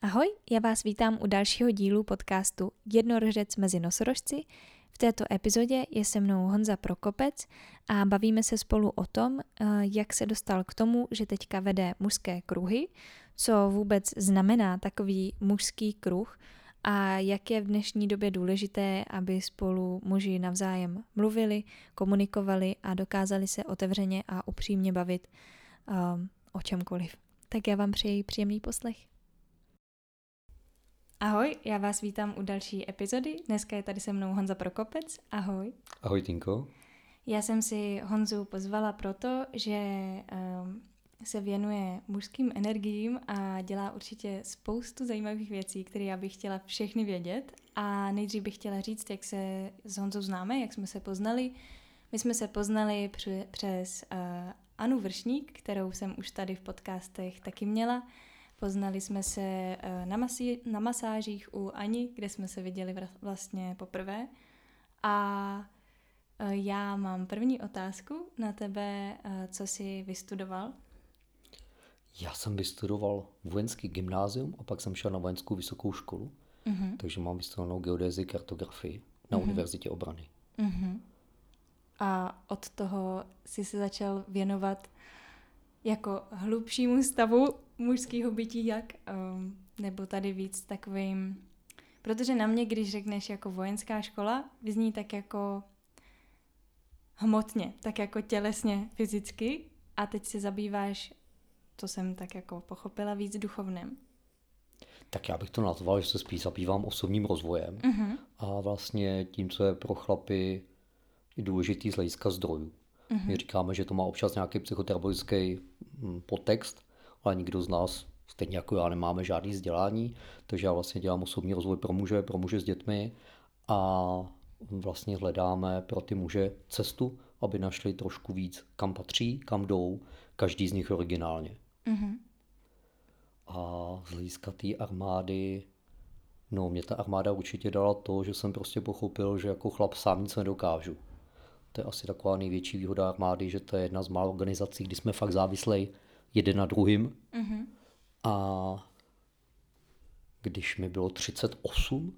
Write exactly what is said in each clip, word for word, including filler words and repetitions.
Ahoj, já vás vítám u dalšího dílu podcastu Jednorožec mezi nosorožci. V této epizodě je se mnou Honza Prokopec a bavíme se spolu o tom, jak se dostal k tomu, že teďka vede mužské kruhy, co vůbec znamená takový mužský kruh a jak je v dnešní době důležité, aby spolu muži navzájem mluvili, komunikovali a dokázali se otevřeně a upřímně bavit um, o čemkoliv. Tak já vám přeji příjemný poslech. Ahoj, já vás vítám u další epizody. Dneska je tady se mnou Honza Prokopec. Ahoj. Ahoj, Tinko. Já jsem si Honzu pozvala proto, že um, se věnuje mužským energiím a dělá určitě spoustu zajímavých věcí, které já bych chtěla všechny vědět. A nejdřív bych chtěla říct, jak se s Honzou známe, jak jsme se poznali. My jsme se poznali při, přes uh, Anu Vršník, kterou jsem už tady v podcastech taky měla. Poznali jsme se na, masi- na masážích u Ani, kde jsme se viděli vlastně poprvé. A já mám první otázku na tebe, co jsi vystudoval? Já jsem vystudoval vojenský gymnázium a pak jsem šel na vojenskou vysokou školu, uh-huh. takže mám vystudovanou geodézii, kartografii na uh-huh. Univerzitě obrany. Uh-huh. A od toho jsi se začal věnovat jako hlubšímu stavu mužského bytí, jak? Um, nebo tady víc takovým... Protože na mě, když řekneš jako vojenská škola, vyzní tak jako hmotně, tak jako tělesně, fyzicky a teď se zabýváš, to jsem tak jako pochopila, víc duchovným. Tak já bych to nazval, že se spíš zabývám osobním rozvojem uh-huh. a vlastně tím, co je pro chlapy důležitý z hlediska zdrojů. Uh-huh. My říkáme, že to má občas nějaký psychoterapeutický podtext, ale nikdo z nás, stejně jako já, nemáme žádný vzdělání, takže já vlastně dělám osobní rozvoj pro muže, pro muže s dětmi a vlastně hledáme pro ty muže cestu, aby našli trošku víc, kam patří, kam jdou, každý z nich originálně. Uh-huh. A z hlediska té armády, no mě ta armáda určitě dala to, že jsem prostě pochopil, že jako chlap sám nic nedokážu. To je asi taková největší výhoda armády, že to je jedna z mála organizací, kdy jsme fakt závislí jeden na druhým. Uh-huh. A když mi bylo třicet osm,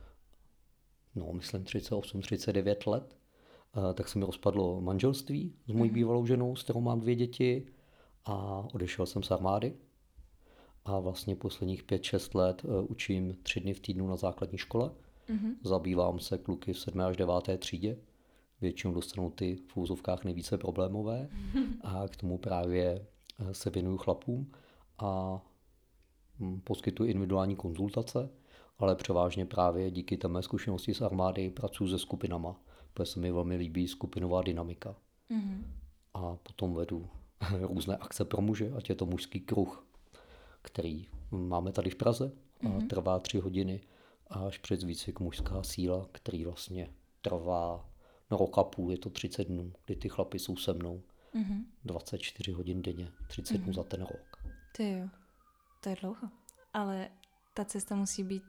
no myslím třicet osm třicet devět let, tak se mi rozpadlo manželství s mojí uh-huh. bývalou ženou, s kterou mám dvě děti a odešel jsem z armády. A vlastně posledních pět šest let učím tři dny v týdnu na základní škole. Uh-huh. Zabývám se kluky v sedmé až deváté třídě. Většinou dostanou ty v úzovkách nejvíce problémové a k tomu právě se věnuju chlapům a poskytuji individuální konzultace, ale převážně právě díky té mé zkušenosti z armády pracuji se skupinama, protože se mi velmi líbí skupinová dynamika. Mm-hmm. A potom vedu různé akce pro muže, ať je to mužský kruh, který máme tady v Praze a mm-hmm. trvá tři hodiny, až přes výcvik mužská síla, který vlastně trvá no rok a půl, je to třicet dnů, kdy ty chlapy jsou se mnou. Mm-hmm. dvacet čtyři hodin denně, třicet mm-hmm. dnů za ten rok. Ty jo, to je dlouho. Ale ta cesta musí být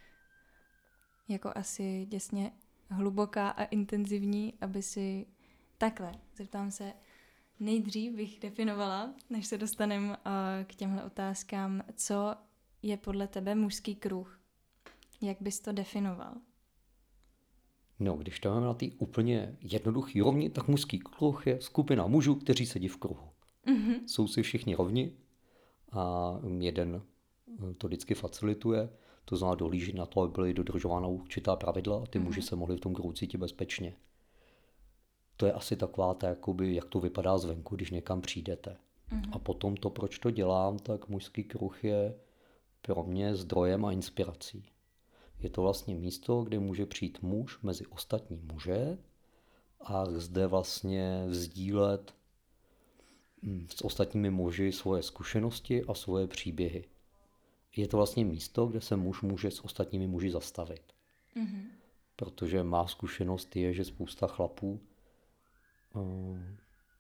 jako asi děsně hluboká a intenzivní, aby si takhle, zeptám se, nejdřív bych definovala, než se dostaneme uh, k těmhle otázkám, co je podle tebe mužský kruh. Jak bys to definoval? No, když to máme na té úplně jednoduchý rovni, tak mužský kruh je skupina mužů, kteří sedí v kruhu. Mm-hmm. Jsou si všichni rovni a jeden to vždycky facilituje, to znamená dohlížet na to, aby byly dodržována určitá pravidla a ty mm-hmm. muži se mohli v tom kruhu cítit bezpečně. To je asi taková ta, jakoby, jak to vypadá zvenku, když někam přijdete. Mm-hmm. A potom to, proč to dělám, tak mužský kruh je pro mě zdrojem a inspirací. Je to vlastně místo, kde může přijít muž mezi ostatní muže a zde vlastně sdílet s ostatními muži svoje zkušenosti a svoje příběhy. Je to vlastně místo, kde se muž může s ostatními muži zastavit. Mm-hmm. Protože má zkušenost je, že spousta chlapů um,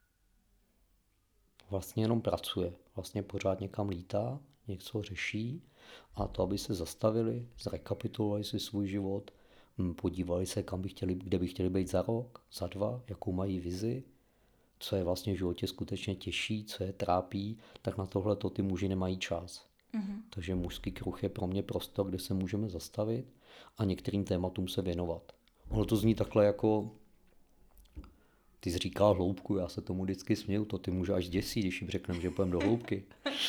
vlastně jenom pracuje. Vlastně pořád někam lítá, něco řeší a to, aby se zastavili, zrekapitulovali si svůj život, podívali se, kam by chtěli, kde by chtěli být za rok, za dva, jakou mají vizi, co je vlastně v životě skutečně těžší, co je trápí, tak na tohle to ty muži nemají čas. Mm-hmm. Takže mužský kruh je pro mě prostor, kde se můžeme zastavit a některým tématům se věnovat. Ono to zní takhle jako, ty jsi říkal hloubku, já se tomu vždycky směju, to ty může až děsí, když jim řekneme, že půjdeme do hloubky.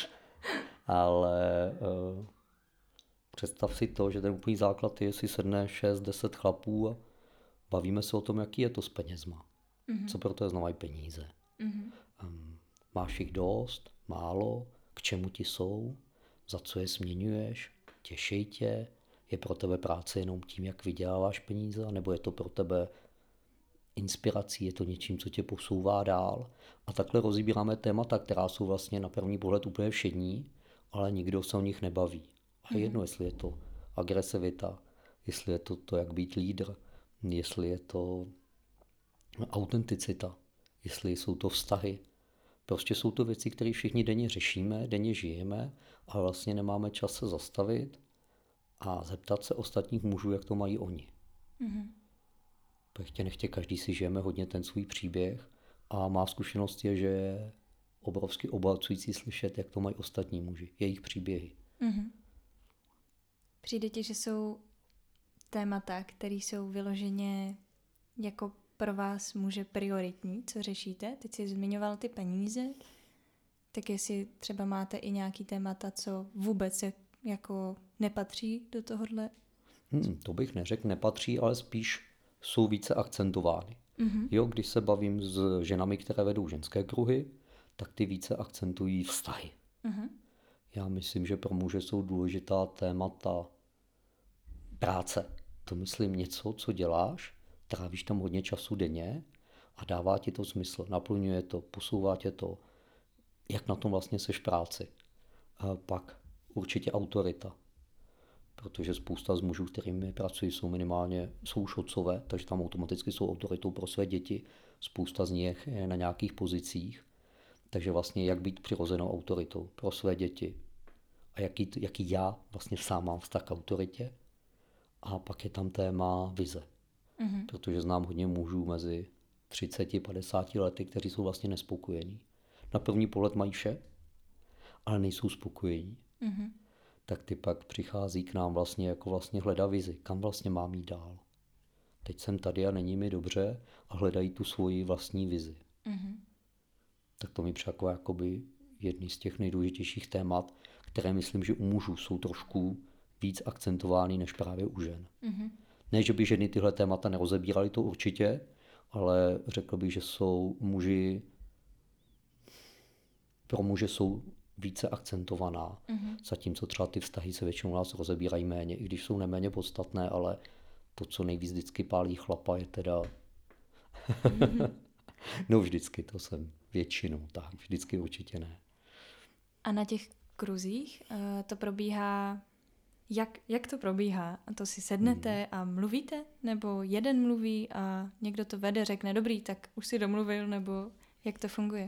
Ale uh, představ si to, že ten úplný základ je, jestli sedne šest deset chlapů a bavíme se o tom, jaký je to s penězma. Mm-hmm. Co pro to znamenají peníze. Mm-hmm. Um, máš jich dost, málo, k čemu ti jsou, za co je směňuješ, těší tě, je pro tebe práce jenom tím, jak vyděláváš peníze, nebo je to pro tebe inspirací, je to něčím, co tě posouvá dál. A takhle rozbíráme témata, která jsou vlastně na první pohled úplně všední, ale nikdo se o nich nebaví. A jedno, jestli je to agresivita, jestli je to to, jak být lídr, jestli je to autenticita, jestli jsou to vztahy. Prostě jsou to věci, které všichni denně řešíme, denně žijeme a vlastně nemáme čas se zastavit a zeptat se ostatních mužů, jak to mají oni. Mm-hmm. Chtě nechtě každý si žijeme hodně ten svůj příběh a má zkušenost je, že je obrovsky obohacující slyšet, jak to mají ostatní muži, jejich příběhy. Mm-hmm. Přijde ti, že jsou témata, které jsou vyloženě jako pro vás muže prioritní, co řešíte? Teď jsi zmiňoval ty peníze, tak jestli třeba máte i nějaký témata, co vůbec se jako nepatří do tohohle? Hmm, to bych neřekl, nepatří, ale spíš jsou více akcentovány. Mm-hmm. Jo, když se bavím s ženami, které vedou ženské kruhy, tak ty více akcentují vztahy. Mm-hmm. Já myslím, že pro muže jsou důležitá témata práce. To myslím něco, co děláš, trávíš tam hodně času denně a dává ti to smysl, naplňuje to, posouvá tě to, jak na tom vlastně seš v práci. A pak určitě autorita. Protože spousta z mužů, kterými pracují, jsou minimálně, jsou už otcové, takže tam automaticky jsou autoritou pro své děti. Spousta z nich je na nějakých pozicích. Takže vlastně jak být přirozenou autoritou pro své děti. A jaký, jaký já vlastně sám mám vztah k autoritě. A pak je tam téma vize. Mm-hmm. Protože znám hodně mužů mezi třiceti a padesáti lety, kteří jsou vlastně nespokojení. Na první pohled mají vše, ale nejsou spokojení. Mm-hmm. Tak ty pak přichází k nám vlastně jako vlastně hledá vizi, kam vlastně mám jít dál. Teď jsem tady a není mi dobře a hledají tu svoji vlastní vizi. Mm-hmm. Tak to mi přijde jakoby jedný z těch nejdůležitějších témat, které myslím, že u mužů jsou trošku víc akcentovány než právě u žen. Mm-hmm. Ne, že by ženy tyhle témata nerozebíraly, to určitě, ale řekl bych, že jsou muži, pro muže jsou více akcentovaná, mm-hmm. zatímco třeba ty vztahy se většinou nás rozebírají méně, i když jsou neméně podstatné, ale to, co nejvíc vždycky pálí chlapa, je teda... mm-hmm. No vždycky, to jsem většinou, tak vždycky určitě ne. A na těch kruzích uh, to probíhá, jak, jak to probíhá? A to si sednete hmm. a mluvíte? Nebo jeden mluví a někdo to vede, řekne dobrý, tak už si domluvil, nebo jak to funguje?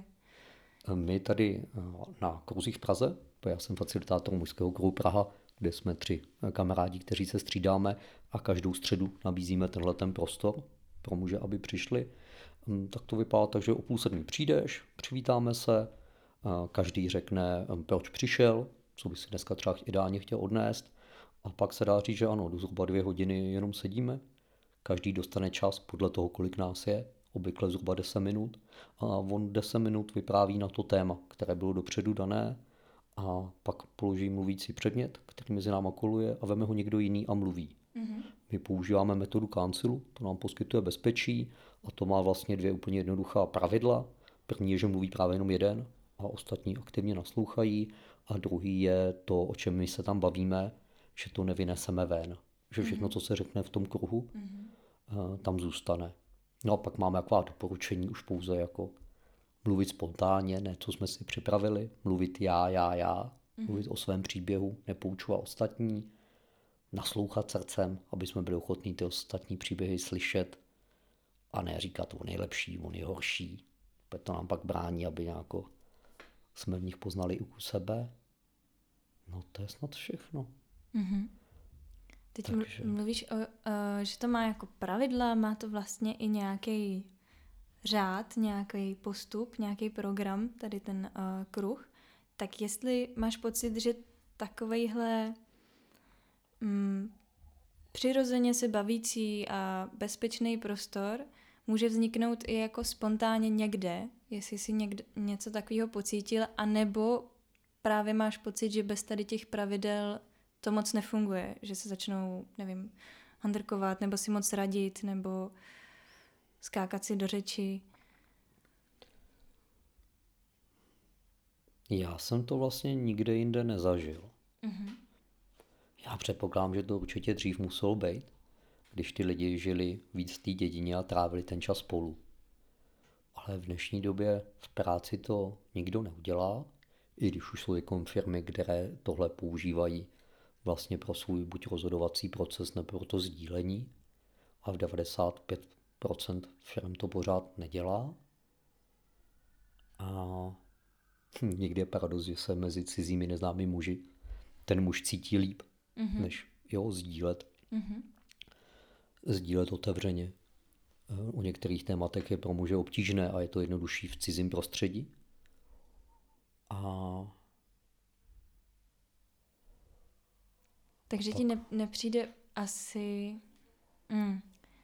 My tady na kruzích v Praze, já jsem facilitátor mužského kruhu Praha, kde jsme tři kamarádi, kteří se střídáme a každou středu nabízíme tenhle ten prostor pro muže, aby přišli. Tak to vypadá tak, že o půl sedmí přijdeš, přivítáme se, každý řekne, proč přišel, co by si dneska třeba ideálně chtěl odnést a pak se dá říct, že ano, do zhruba dvě hodiny jenom sedíme, každý dostane čas podle toho, kolik nás je, obvykle zhruba deset minut a on deset minut vypráví na to téma, které bylo dopředu dané a pak položí mluvící předmět, který mezi náma koluje a veme ho někdo jiný a mluví. Mm-hmm. My používáme metodu councilu, to nám poskytuje bezpečí a to má vlastně dvě úplně jednoduchá pravidla. První je, že mluví právě jenom jeden a ostatní aktivně naslouchají a druhý je to, o čem my se tam bavíme, že to nevyneseme ven, že všechno, mm-hmm. co se řekne v tom kruhu, mm-hmm. tam zůstane. No a pak máme taková doporučení už pouze jako mluvit spontánně, ne co jsme si připravili, mluvit já, já, já, mm-hmm. mluvit o svém příběhu, nepoučovat ostatní, naslouchat srdcem, aby jsme byli ochotní ty ostatní příběhy slyšet a ne říkat on je lepší, on je horší. To nám pak brání, aby nějako jsme v nich poznali i u sebe. No to je snad všechno. Mm-hmm. Teď Takže... mluvíš, o, o, že to má jako pravidla, má to vlastně i nějaký řád, nějaký postup, nějaký program, tady ten uh, kruh. Tak jestli máš pocit, že takovejhle mm, přirozeně se bavící a bezpečný prostor může vzniknout i jako spontánně někde, jestli si někde něco takového pocítil, anebo právě máš pocit, že bez tady těch pravidel to moc nefunguje, že se začnou, nevím, handrkovat, nebo si moc radit, nebo skákat si do řeči. Já jsem to vlastně nikde jinde nezažil. Mm-hmm. Já předpokládám, že to určitě dřív muselo být, když ty lidi žili víc v té dědině a trávili ten čas spolu. Ale v dnešní době v práci to nikdo neudělá, i když už jsou jako firmy, které tohle používají vlastně pro svůj buď rozhodovací proces nebo pro to sdílení. A v devadesát pět procent firm to pořád nedělá. A někdy je paradox, že se mezi cizími neznámými muži ten muž cítí líp, mm-hmm. než jo, sdílet. Mm-hmm. Sdílet otevřeně. U některých tématech je pro muže obtížné a je to jednodušší v cizím prostředí. A... Takže tak. ti ne, nepřijde asi... Mm.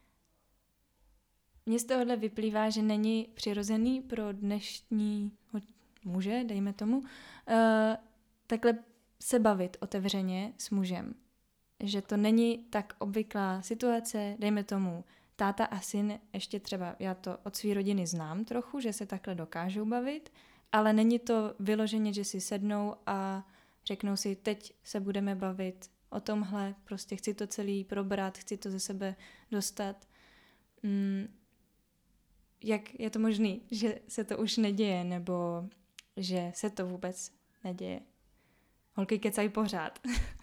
Mně z tohohle vyplývá, že není přirozený pro dnešní muže, dejme tomu, uh, takhle se bavit otevřeně s mužem. Že to není tak obvyklá situace, dejme tomu, táta a syn, ještě třeba, já to od své rodiny znám trochu, že se takhle dokážou bavit, ale není to vyloženě, že si sednou a řeknou si, teď se budeme bavit o tomhle, prostě chci to celý probrat, chci to ze sebe dostat. Mm, jak je to možný, že se to už neděje, nebo že se to vůbec neděje? Holky kecají pořád.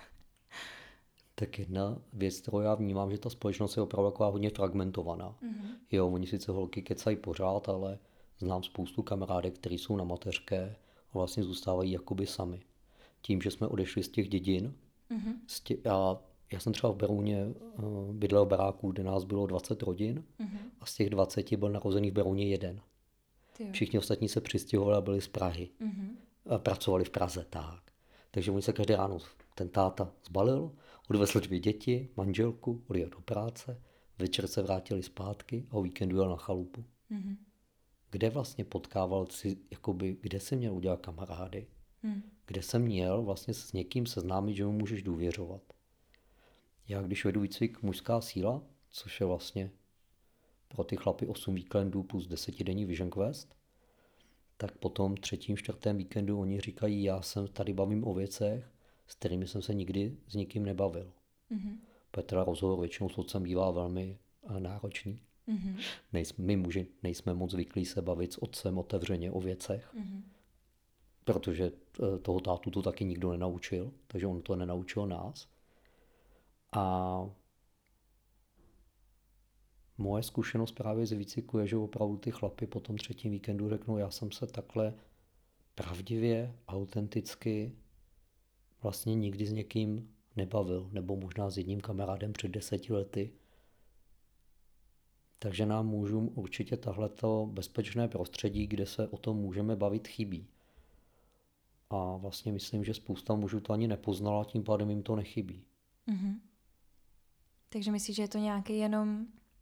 Tak jedna věc, kterou já vnímám, že ta společnost je opravdu taková hodně fragmentovaná. Mm-hmm. Jo, oni sice holky kecají pořád, ale znám spoustu kamarádek, kteří jsou na mateřské a vlastně zůstávají jakoby sami. Tím, že jsme odešli z těch dědin, mm-hmm. z tě, já, já jsem třeba v Berouně uh, bydlel v baráku, kde nás bylo dvacet rodin mm-hmm. a z těch dvaceti byl narozený v Berouně jeden. Tyjo. Všichni ostatní se přistěhovali a byli z Prahy. Mm-hmm. A pracovali v Praze, tak. Takže oni se každý ráno, ten táta zbalil, odvezl dvě děti, manželku, odjel do práce, večer se vrátili zpátky a o víkendu jel na chalupu. Mm-hmm. Kde vlastně potkával si, jakoby, kde jsi měl udělat kamarády, mm. kde jsem měl vlastně s někým seznámit, že mu můžeš důvěřovat. Já když vedu výcvik mužská síla, což je vlastně pro ty chlapy osm víkendů plus desetidenní Vision Quest, tak potom třetím, čtvrtém víkendu oni říkají, já se tady bavím o věcech, s kterými jsem se nikdy s nikým nebavil. Mm-hmm. Petra rozhovor většinou s otcem bývá velmi náročný. Mm-hmm. Nejsme, my muži nejsme moc zvyklí se bavit s otcem otevřeně o věcech, mm-hmm. protože toho tátu to taky nikdo nenaučil, takže on to nenaučil nás. A moje zkušenost právě z výcviku je, že opravdu ty chlapy po tom třetím víkendu řeknou, já jsem se takhle pravdivě, autenticky vlastně nikdy s někým nebavil, nebo možná s jedním kamarádem před deseti lety. Takže nám mužům určitě tahleto bezpečné prostředí, kde se o tom můžeme bavit, chybí. A vlastně myslím, že spousta mužů to ani nepoznala, tím pádem jim to nechybí. Mm-hmm. Takže myslíš, že je to nějaký jenom...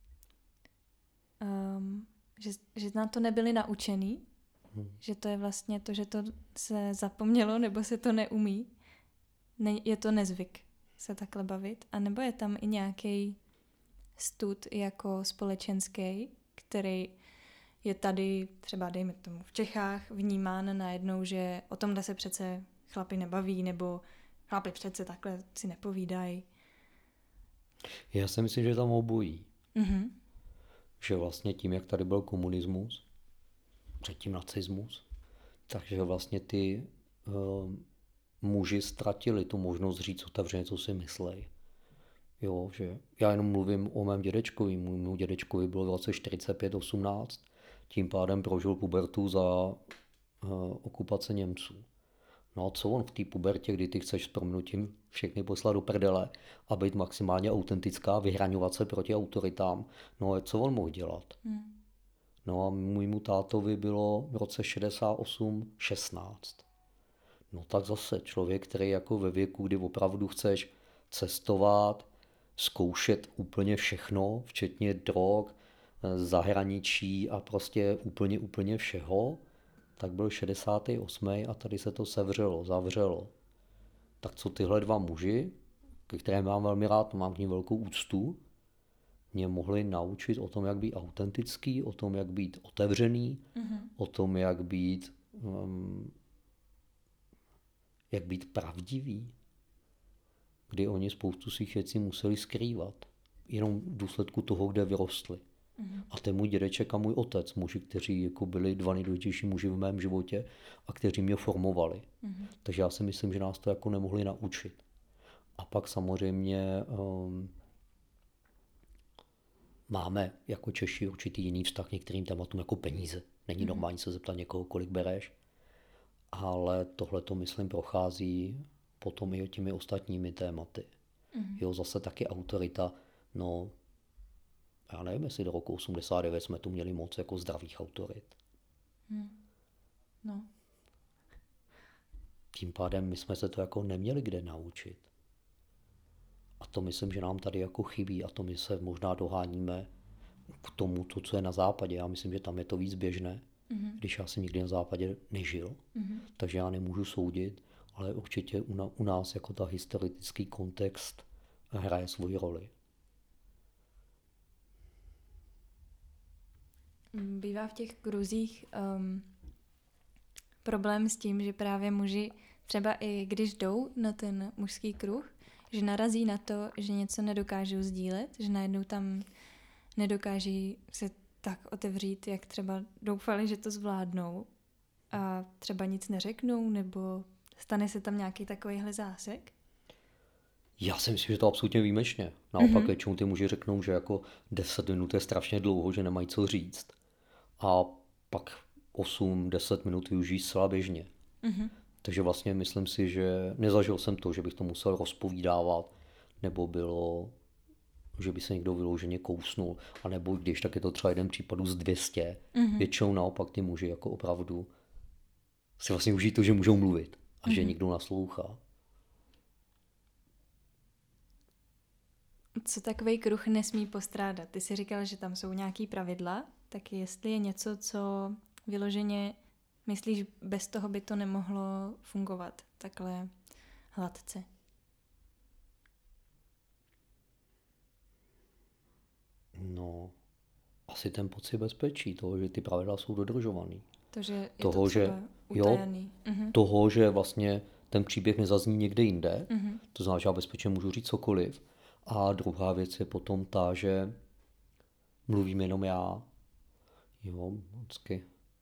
Um, že, že na to nebyli naučený? Hmm. Že to je vlastně to, že to se zapomnělo, nebo se to neumí? Ne, je to nezvyk se takhle bavit? A nebo je tam i nějaký stud jako společenský, který je tady třeba, dejme tomu, v Čechách vnímán najednou, že o tomhle se přece chlapi nebaví, nebo chlapi přece takhle si nepovídají? Já si myslím, že je tam obojí. Mm-hmm. Že vlastně tím, jak tady byl komunismus, předtím nacismus, takže vlastně ty uh, muži ztratili tu možnost říct otevřeně, co si myslej. Jo, že já jenom mluvím o mém dědečkovi. Můj dědečkovi bylo v roce čtyřicet pět osmnáct, tím pádem prožil pubertu za uh, okupace Němců. No a co on v té pubertě, kdy ty chceš s prominutím všechny poslat do prdele a být maximálně autentická, vyhraňovat se proti autoritám, no a co on mohl dělat? Hmm. No a můjmu tátovi bylo v roce šedesát osm šestnáct. No tak zase člověk, který jako ve věku, kdy opravdu chceš cestovat, zkoušet úplně všechno, včetně drog, zahraničí a prostě úplně, úplně všeho, tak byl šedesátý osmý a tady se to sevřelo, zavřelo. Tak co tyhle dva muži, ke kterým mám velmi rád, mám k ním velkou úctu, mě mohli naučit o tom, jak být autentický, o tom, jak být otevřený, mm-hmm. o tom, jak být, um, jak být pravdivý, kdy oni spoustu svých věcí museli skrývat, jenom v důsledku toho, kde vyrostli. Mm-hmm. A ten můj dědeček a můj otec, muži, kteří jako byli dva nejdůležitější muži v mém životě a kteří mě formovali. Mm-hmm. Takže já si myslím, že nás to jako nemohli naučit. A pak samozřejmě um, máme jako Češi určitý jiný vztah k některým tématům jako peníze. Není mm-hmm. normální se zeptat někoho, kolik bereš, ale tohle to myslím prochází potom i těmi ostatními tématy. Mm-hmm. Jo, zase taky autorita, no já nevím, jestli do roku osmdesát devět jsme tu měli moc jako zdravých autorit. Hmm. No. Tím pádem my jsme se to jako neměli kde naučit. A to myslím, že nám tady jako chybí a to my se možná doháníme k tomu, to, co je na západě. Já myslím, že tam je to víc běžné, mm-hmm. když já jsem nikdy na západě nežil, mm-hmm. takže já nemůžu soudit, ale určitě u, na, u nás jako ta historický kontext hraje svoji roli. Bývá v těch kruzích um, problém s tím, že právě muži třeba i když jdou na ten mužský kruh, že narazí na to, že něco nedokážou sdílet, že najednou tam nedokáží se tak otevřít, jak třeba doufali, že to zvládnou a třeba nic neřeknou, nebo stane se tam nějaký takovýhle zásek? Já si myslím, že to absolutně výjimečně. Naopak mm-hmm. většinou ty muži řeknou, že jako deset minut je strašně dlouho, že nemají co říct. A pak osm deset minut využijí zcela běžně. Mm-hmm. Takže vlastně myslím si, že nezažil jsem to, že bych to musel rozpovídávat, nebo bylo, že by se někdo vyloženě kousnul, anebo když, tak je to třeba jeden případu z dvě stě. Mm-hmm. Většinou naopak ty muži jako opravdu si vlastně užijí to, že můžou mluvit a mm-hmm. že někdo naslouchá. Co takový kruh nesmí postrádat? Ty jsi říkal, že tam jsou nějaký pravidla, tak jestli je něco, co vyloženě myslíš, bez toho by to nemohlo fungovat takhle hladce? No, asi ten pocit bezpečí, toho, že ty pravidla jsou dodržovaný. To, že je toho, to že, utajený. Jo, uh-huh. toho, že vlastně ten příběh nezazní někde jinde, uh-huh. to znamená, že já bezpečně můžu říct cokoliv. A druhá věc je potom ta, že mluvím jenom já. Jo, vždycky.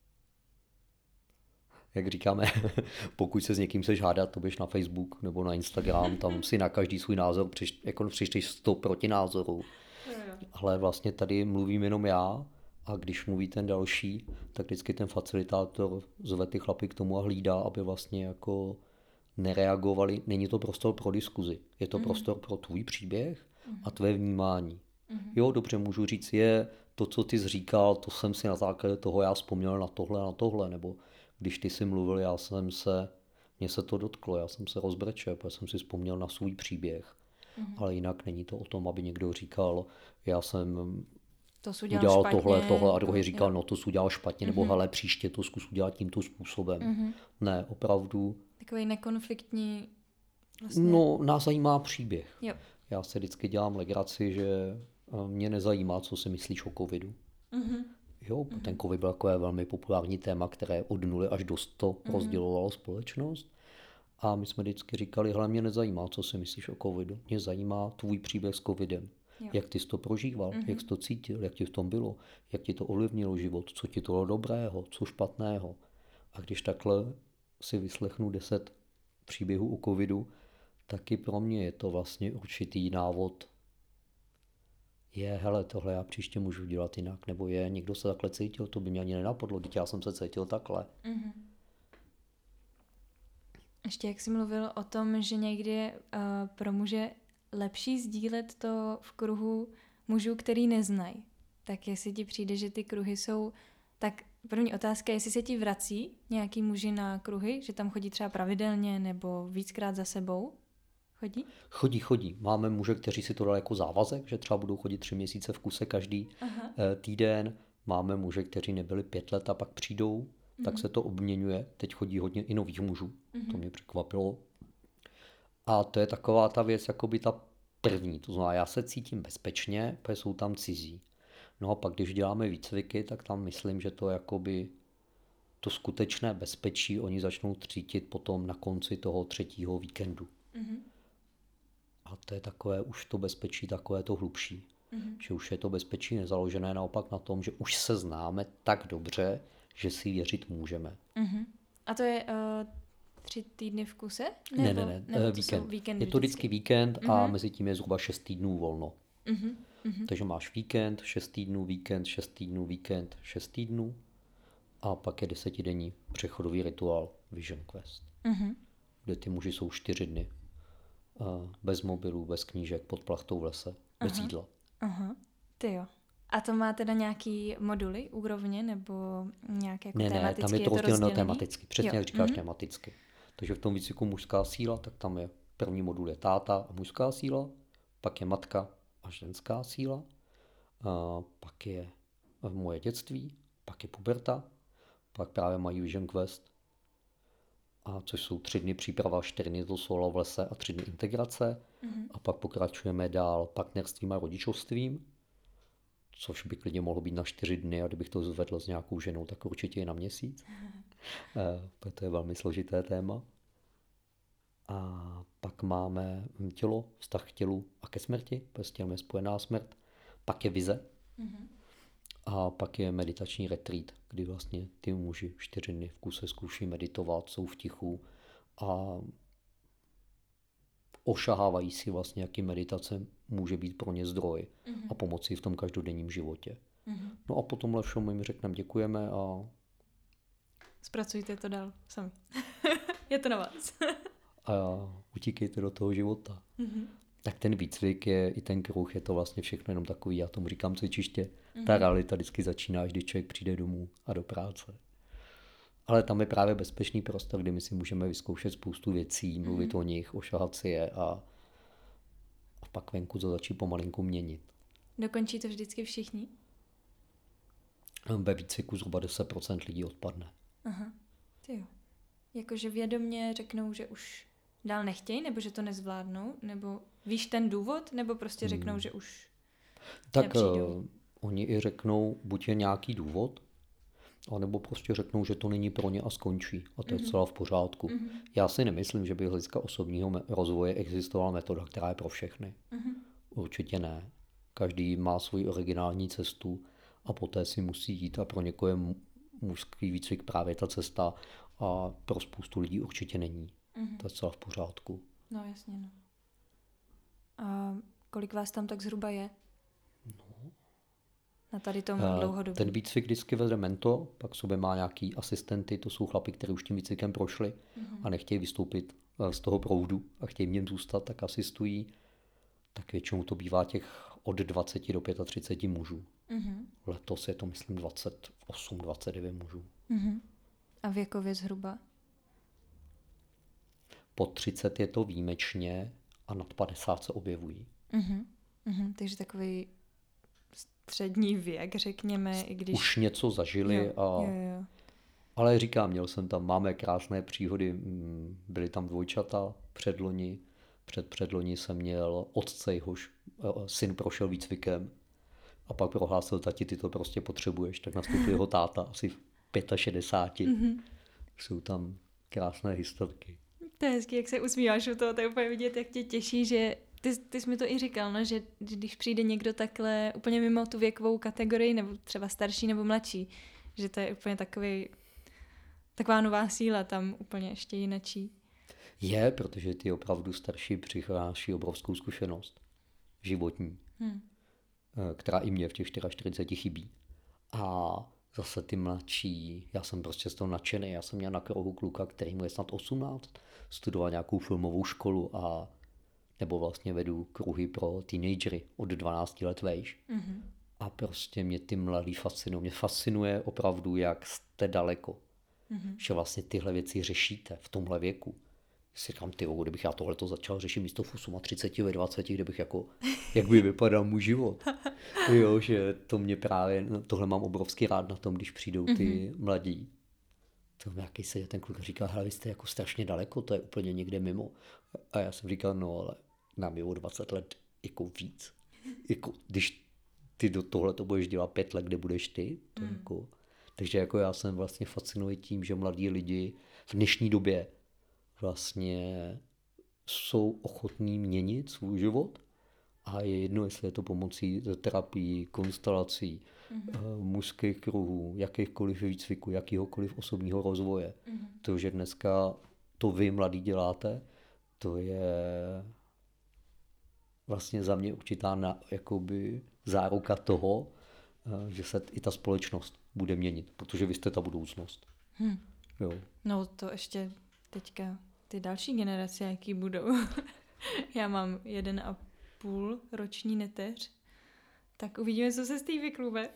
Jak říkáme, pokud se s někým chceš hádat, to běž na Facebook nebo na Instagram, tam si na každý svůj názor přiš, jako přičteš sto protinázorů. Ale vlastně tady mluvím jenom já a když mluví ten další, tak vždycky ten facilitátor zve ty chlapy k tomu a hlídá, aby vlastně jako nereagovali. Není to prostor pro diskuzi, je to mm. prostor pro tvůj příběh mm. a tvé vnímání. Mm. Jo, dobře, můžu říct, je to, co ty jsi říkal, to jsem si na základě toho já vzpomněl na tohle, na tohle, nebo když ty jsi mluvil, já jsem se, mně se to dotklo, já jsem se rozbrečel, protože jsem si vzpomněl na svůj příběh. Mm. Ale jinak není to o tom, aby někdo říkal, já jsem to udělal, udělal špatně, tohle, tohle a druhý no, říkal, jo. no to jsi udělal špatně, mm-hmm. nebo hele, příště to zkus udělat tímto způsobem. Mm-hmm. Ne, opravdu. Takový nekonfliktní vlastně. No, nás zajímá příběh. Jo. Já se vždycky dělám legraci, že mě nezajímá, co si myslíš o covidu. Mm-hmm. Jo, mm-hmm. ten covid byl takové velmi populární téma, které od nuly až do sto mm-hmm. rozdělovalo společnost. A my jsme vždycky říkali, hele, mě nezajímá, co si myslíš o covidu. Mě zajímá tvůj příběh s covidem. Jo. Jak ty jsi to prožíval, mm-hmm. jak jsi to cítil, jak ti v tom bylo, jak ti to ovlivnilo život, co ti to bylo dobrého, co špatného. A když takhle si vyslechnu deset příběhů o covidu, taky pro mě je to vlastně určitý návod. Je, hele, tohle já příště můžu dělat jinak, nebo je, někdo se takhle cítil, to by mě ani nenapadlo, teď já jsem se cítil takhle. Mm-hmm. Ještě jak jsi mluvil o tom, že někdy je uh, pro muže lepší sdílet to v kruhu mužů, který neznají. Tak jestli ti přijde, že ty kruhy jsou tak první otázka je, jestli se ti vrací nějaký muži na kruhy, že tam chodí třeba pravidelně nebo víckrát za sebou? Chodí? Chodí, chodí. Máme muže, kteří si to dali jako závazek, že třeba budou chodit tři měsíce v kuse každý Aha. týden. Máme muže, kteří nebyli pět let a pak přijdou, mm-hmm. tak se to obměňuje. Teď chodí hodně i nových mužů. Mm-hmm. To mě překvapilo. A to je taková ta věc, jakoby ta první. To znamená, já se cítím bezpečně, protože jsou tam cizí. No a pak, když děláme výcviky, tak tam myslím, že to jakoby to skutečné bezpečí oni začnou cítit potom na konci toho třetího víkendu. Mm-hmm. A to je takové už to bezpečí, takové to hlubší. Mm-hmm. Že už je to bezpečí nezaložené naopak na tom, že už se známe tak dobře, že si věřit můžeme. Mm-hmm. A to je uh, tři týdny v kuse? Nebo, ne, ne, ne, nebo víkend. Je to vždycky víkend mm-hmm. a mezi tím je zhruba šest týdnů volno. Mm-hmm. Takže máš víkend, šest týdnů, víkend, šest týdnů, víkend, šest týdnů a pak je desetidenní přechodový rituál Vision Quest, mm-hmm. kde ty muži jsou čtyři dny. Bez mobilů, bez knížek, pod plachtou v lese, bez Aha. jídla. Aha, ty jo. A to má teda nějaký moduly, úrovně, nebo nějaké jako ne, tematicky? Ne, tam je to, to rozděleno tematicky, přesně jo. jak říkáš mm-hmm. tematicky. Takže v tom výcviku mužská síla, tak tam je první modul je táta a mužská síla, pak je matka a ženská síla, a pak je moje dětství, pak je puberta, pak právě mají Vision Quest, a což jsou tři dny příprava, čtyři dny to solo v lese a tři dny integrace. Mm-hmm. A pak pokračujeme dál partnerstvím a rodičovstvím, což by klidně mohlo být na čtyři dny a kdybych to zvedl s nějakou ženou, tak určitě i na měsíc. Mm-hmm. To je velmi složité téma. A pak máme tělo, vztah k tělu a ke smrti, protože s tělem je spojená smrt. Pak je vize. Mm-hmm. A pak je meditační retreat, kdy vlastně ty muži čtyři dny v kuse zkouší meditovat, jsou v tichu a ošahávají si vlastně, jaký meditace může být pro ně zdroj mm-hmm. a pomoci v tom každodenním životě. Mm-hmm. No a potom všemu jim řekneme děkujeme a... Zpracujte to dál sami. Je to na vás. A utíkejte do toho života. Mm-hmm. Tak ten výcvik je, i ten kruh, je to vlastně všechno jenom takový, já tomu říkám cvičiště. Mm-hmm. Ta realita vždycky začíná, až když člověk přijde domů a do práce. Ale tam je právě bezpečný prostor, kde my si můžeme vyzkoušet spoustu věcí, mluvit mm-hmm. o nich, ošahat si je a, a pak venku to začít pomalinku měnit. Dokončí to vždycky všichni? Ve výcviku zhruba deset procent lidí odpadne. Aha, ty jo. Jakože vědomě řeknou, že už dál nechtějí, nebo že to nezvládnou, nebo víš ten důvod, nebo prostě řeknou, hmm. že už tak nepřijdou? Uh, oni i řeknou, buď je nějaký důvod, anebo prostě řeknou, že to není pro ně a skončí. A to mm-hmm. je celá v pořádku. Mm-hmm. Já si nemyslím, že by z hlediska osobního rozvoje existovala metoda, která je pro všechny. Mm-hmm. Určitě ne. Každý má svoji originální cestu a poté si musí jít a pro někoho je mužský výcvik právě ta cesta a pro spoustu lidí určitě není. Mm-hmm. To je celá v pořádku. No jasně, no. A kolik vás tam tak zhruba je? No. Na tady tom dlouhodobě. Ten výcvik vždycky vede mentor, pak sobě má nějaký asistenty, to jsou chlapi, kteří už tím výcvikem prošli mm-hmm. a nechtějí vystoupit z toho proudu a chtějí v něm zůstat, tak asistují. Tak většinou to bývá těch od dvacet do třicet pět mužů. Mm-hmm. Letos je to, myslím, dvacet osm dvacet devět mužů. Mm-hmm. A věkově zhruba? Po třicet je to výjimečně a nad padesát se objevují. Mm-hmm. Mm-hmm. Takže takový střední věk, řekněme, i když... Už něco zažili jo, a... Jo, jo. Ale říkám, měl jsem tam, máme krásné příhody, byly tam dvojčata předloni, před předloni jsem měl otce, jehož syn prošel výcvikem a pak prohlásil, tati, ty to prostě potřebuješ, tak nastoupil jeho táta asi v šedesáti pěti. Mm-hmm. Jsou tam krásné historky. To je hezký, jak se usmíváš u toho, to je úplně vidět, jak tě těší, že ty, ty jsi mi to i říkal, no, že když přijde někdo takhle úplně mimo tu věkovou kategorii, nebo třeba starší nebo mladší, že to je úplně takový, taková nová síla tam úplně ještě jinačí. Je, protože ty opravdu starší přichází obrovskou zkušenost životní, hmm. která i mě v těch čtyřiceti čtyřech chybí. A zase ty mladší, já jsem prostě z toho nadšený, já jsem měl na kruhu kluka, který mu je snad osmnáct, studoval nějakou filmovou školu a nebo vlastně vedu kruhy pro teenagery od dvanácti let vejš. Mm-hmm. A prostě mě ty mladí fascinují. Mě fascinuje opravdu, jak jste daleko. Mm-hmm. Že vlastně tyhle věci řešíte v tomhle věku. Si říkám, ty, kdybych já tohleto začal řešit místo v třicet osm, ve dvaceti, kdybych jako, jak by vypadal můj život. Jo, že to mě právě, tohle mám obrovský rád na tom, když přijdou ty mm-hmm. mladí. To nějaký se ten kluk říkal, hele, vy jste jako strašně daleko, to je úplně někde mimo. A já jsem říkal, no ale nám je o dvacet let jako víc. Jako, když ty do tohle to budeš dělat pět let, kde budeš ty, to mm. jako, takže jako já jsem vlastně fascinuji tím, že mladí lidi v dnešní době vlastně jsou ochotní měnit svůj život a je jedno, jestli je to pomocí terapii, konstelací, mm-hmm. mužských kruhů, jakýchkoliv výcviku, jakýhokoliv osobního rozvoje. Mm-hmm. To, že dneska to vy mladí děláte, to je vlastně za mě určitá na, jakoby záruka toho, že se i ta společnost bude měnit, protože vy jste ta budoucnost. Hmm. Jo. No to ještě teďka ty další generace, jaký budou. Já mám jeden a půl roční neteř, tak uvidíme, co se z té vyklube.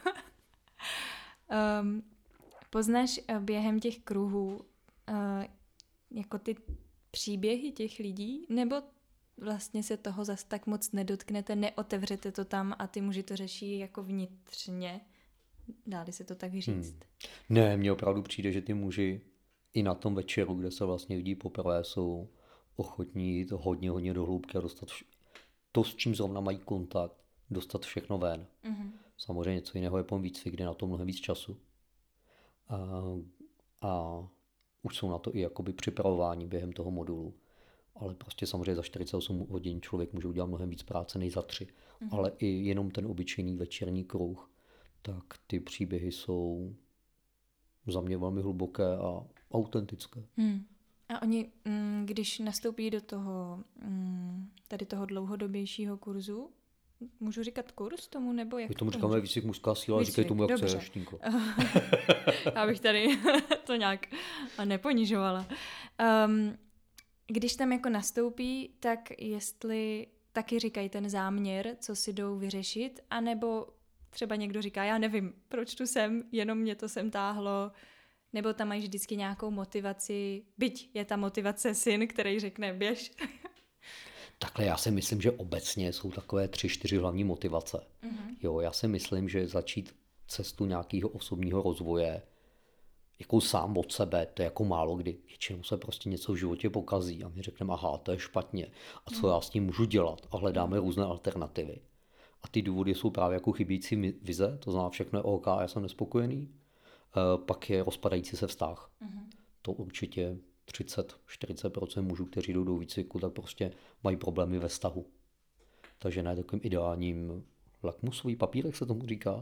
um, poznáš během těch kruhů uh, jako ty příběhy těch lidí, nebo vlastně se toho zas tak moc nedotknete, neotevřete to tam a ty muži to řeší jako vnitřně? Dá-li se to tak říct? Hmm. Ne, mně opravdu přijde, že ty muži i na tom večeru, kde se vlastně vidí poprvé, jsou ochotní jít hodně, hodně do hloubky a dostat vš- to, s čím zrovna mají kontakt, dostat všechno ven. Mm-hmm. Samozřejmě něco jiného je pom výcvik, kde na to mnohem víc času. A, a už jsou na to i jakoby připravování během toho modulu. Ale prostě samozřejmě za čtyřicet osm hodin člověk může udělat mnohem víc práce než za tři. Mm-hmm. Ale i jenom ten obyčejný večerní kruh, tak ty příběhy jsou za mě velmi hluboké a autentické. Hmm. A oni, když nastoupí do toho, tady toho dlouhodobějšího kurzu, můžu říkat kurz tomu, nebo jak? My tomu říkáme výcvik mužská síla, říkají tomu, jak chceš, Štínko. Já bych tady to nějak neponižovala. Um, když tam jako nastoupí, tak jestli taky říkají ten záměr, co si jdou vyřešit, anebo třeba někdo říká, já nevím, proč tu jsem, jenom mě to sem táhlo, nebo tam mají vždycky nějakou motivaci, byť je ta motivace syn, který řekne běž. Takhle já si myslím, že obecně jsou takové tři, čtyři hlavní motivace. Mm-hmm. Jo, já si myslím, že začít cestu nějakého osobního rozvoje jako sám od sebe, to je jako málo kdy. Většinou se prostě něco v životě pokazí a my řekneme, aha, to je špatně. A co mm. já s tím můžu dělat? A hledáme mm. různé alternativy. A ty důvody jsou právě jako chybějící vize, to znamená všechno je OK, já jsem nespokojený. E, pak je rozpadající se vztah. Mm-hmm. To určitě třicet až čtyřicet procent mužů, kteří jdou do výcviku, tak prostě mají problémy ve vztahu. Takže ne takovým ideálním lakmusový papírek se tomu říká.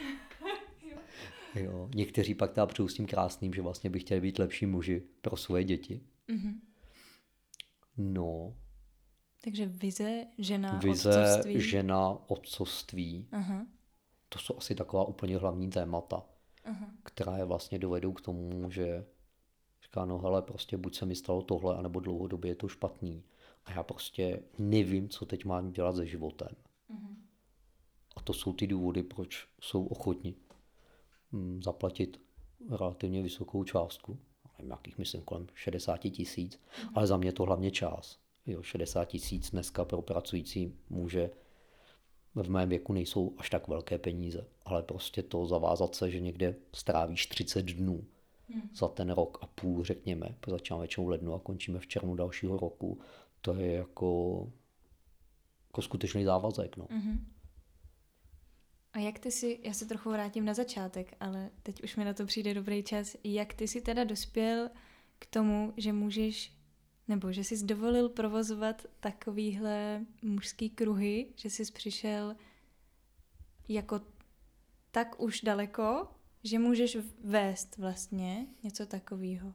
Jo. Někteří pak teda přijou s tím krásným, že vlastně by chtěli být lepší muži pro svoje děti. Mm-hmm. No. Takže vize, žena, vize, otcovství. žena, otcovství. Uh-huh. To jsou asi taková úplně hlavní témata, uh-huh. která je vlastně dovedou k tomu, že říká, no hele, prostě buď se mi stalo tohle, anebo dlouhodobě je to špatný. A já prostě nevím, co teď mám dělat se životem. Uh-huh. A to jsou ty důvody, proč jsou ochotní hm, zaplatit relativně vysokou částku. Nevím, jakých myslím kolem šedesát tisíc, uh-huh. ale za mě je to hlavně čas. Jo, šedesát tisíc dneska pro pracující muže v mém věku nejsou až tak velké peníze, ale prostě to zavázat se, že někde strávíš třicet dnů hmm. za ten rok a půl, řekněme, začínáme většinou v lednu a končíme v červnu dalšího roku, to je jako, jako skutečný závazek. No. Mm-hmm. A jak ty si, já se trochu vrátím na začátek, ale teď už mi na to přijde dobrý čas, jak ty si teda dospěl k tomu, že můžeš nebo že jsi dovolil provozovat takovýhle mužský kruhy, že jsi přišel jako tak už daleko, že můžeš vést vlastně něco takového.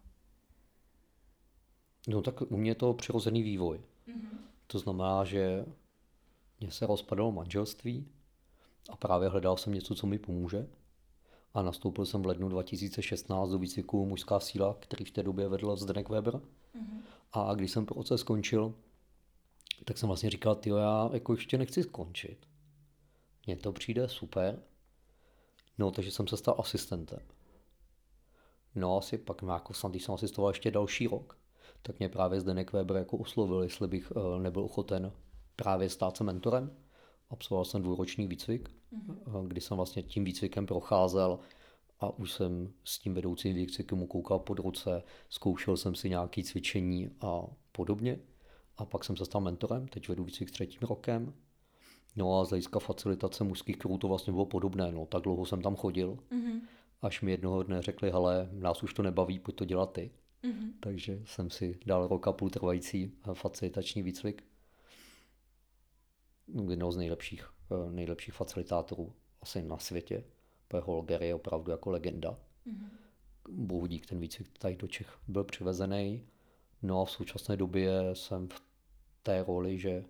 No tak u mě je to přirozený vývoj. Mm-hmm. To znamená, že mně se rozpadalo manželství a právě hledal jsem něco, co mi pomůže. A nastoupil jsem v lednu dva tisíce šestnáct do výcviku Mužská síla, který v té době vedl Zdeněk Weber. Mm-hmm. A když jsem proces skončil, tak jsem vlastně říkal, tyjo, já jako ještě nechci skončit. mně to přijde super. No, takže jsem se stal asistentem. No asi pak jako snad, když jsem asistoval ještě další rok, tak mě právě Zdeněk Weber jako oslovil, jestli bych uh, nebyl ochoten právě stát se mentorem. Absolvoval jsem dvouroční výcvik, mm-hmm. kdy jsem vlastně tím výcvikem procházel a už jsem s tím vedoucím výcvikem mu koukal pod ruce, zkoušel jsem si nějaké cvičení a podobně. A pak jsem se stal mentorem, teď vedu výcvik třetím rokem. No a z hlediska facilitace mužských kruhů to vlastně bylo podobné, no tak dlouho jsem tam chodil, mm-hmm. až mi jednoho dne řekli, hele, nás už to nebaví, pojď to dělat ty. Mm-hmm. Takže jsem si dal rok a půl trvající facilitační výcvik. Jednoho z nejlepších, nejlepších facilitátorů asi na světě. Holger je opravdu jako legenda. Mm-hmm. Bohu dík, ten výcvik tady do Čech byl přivezený. No a v současné době jsem v té roli, že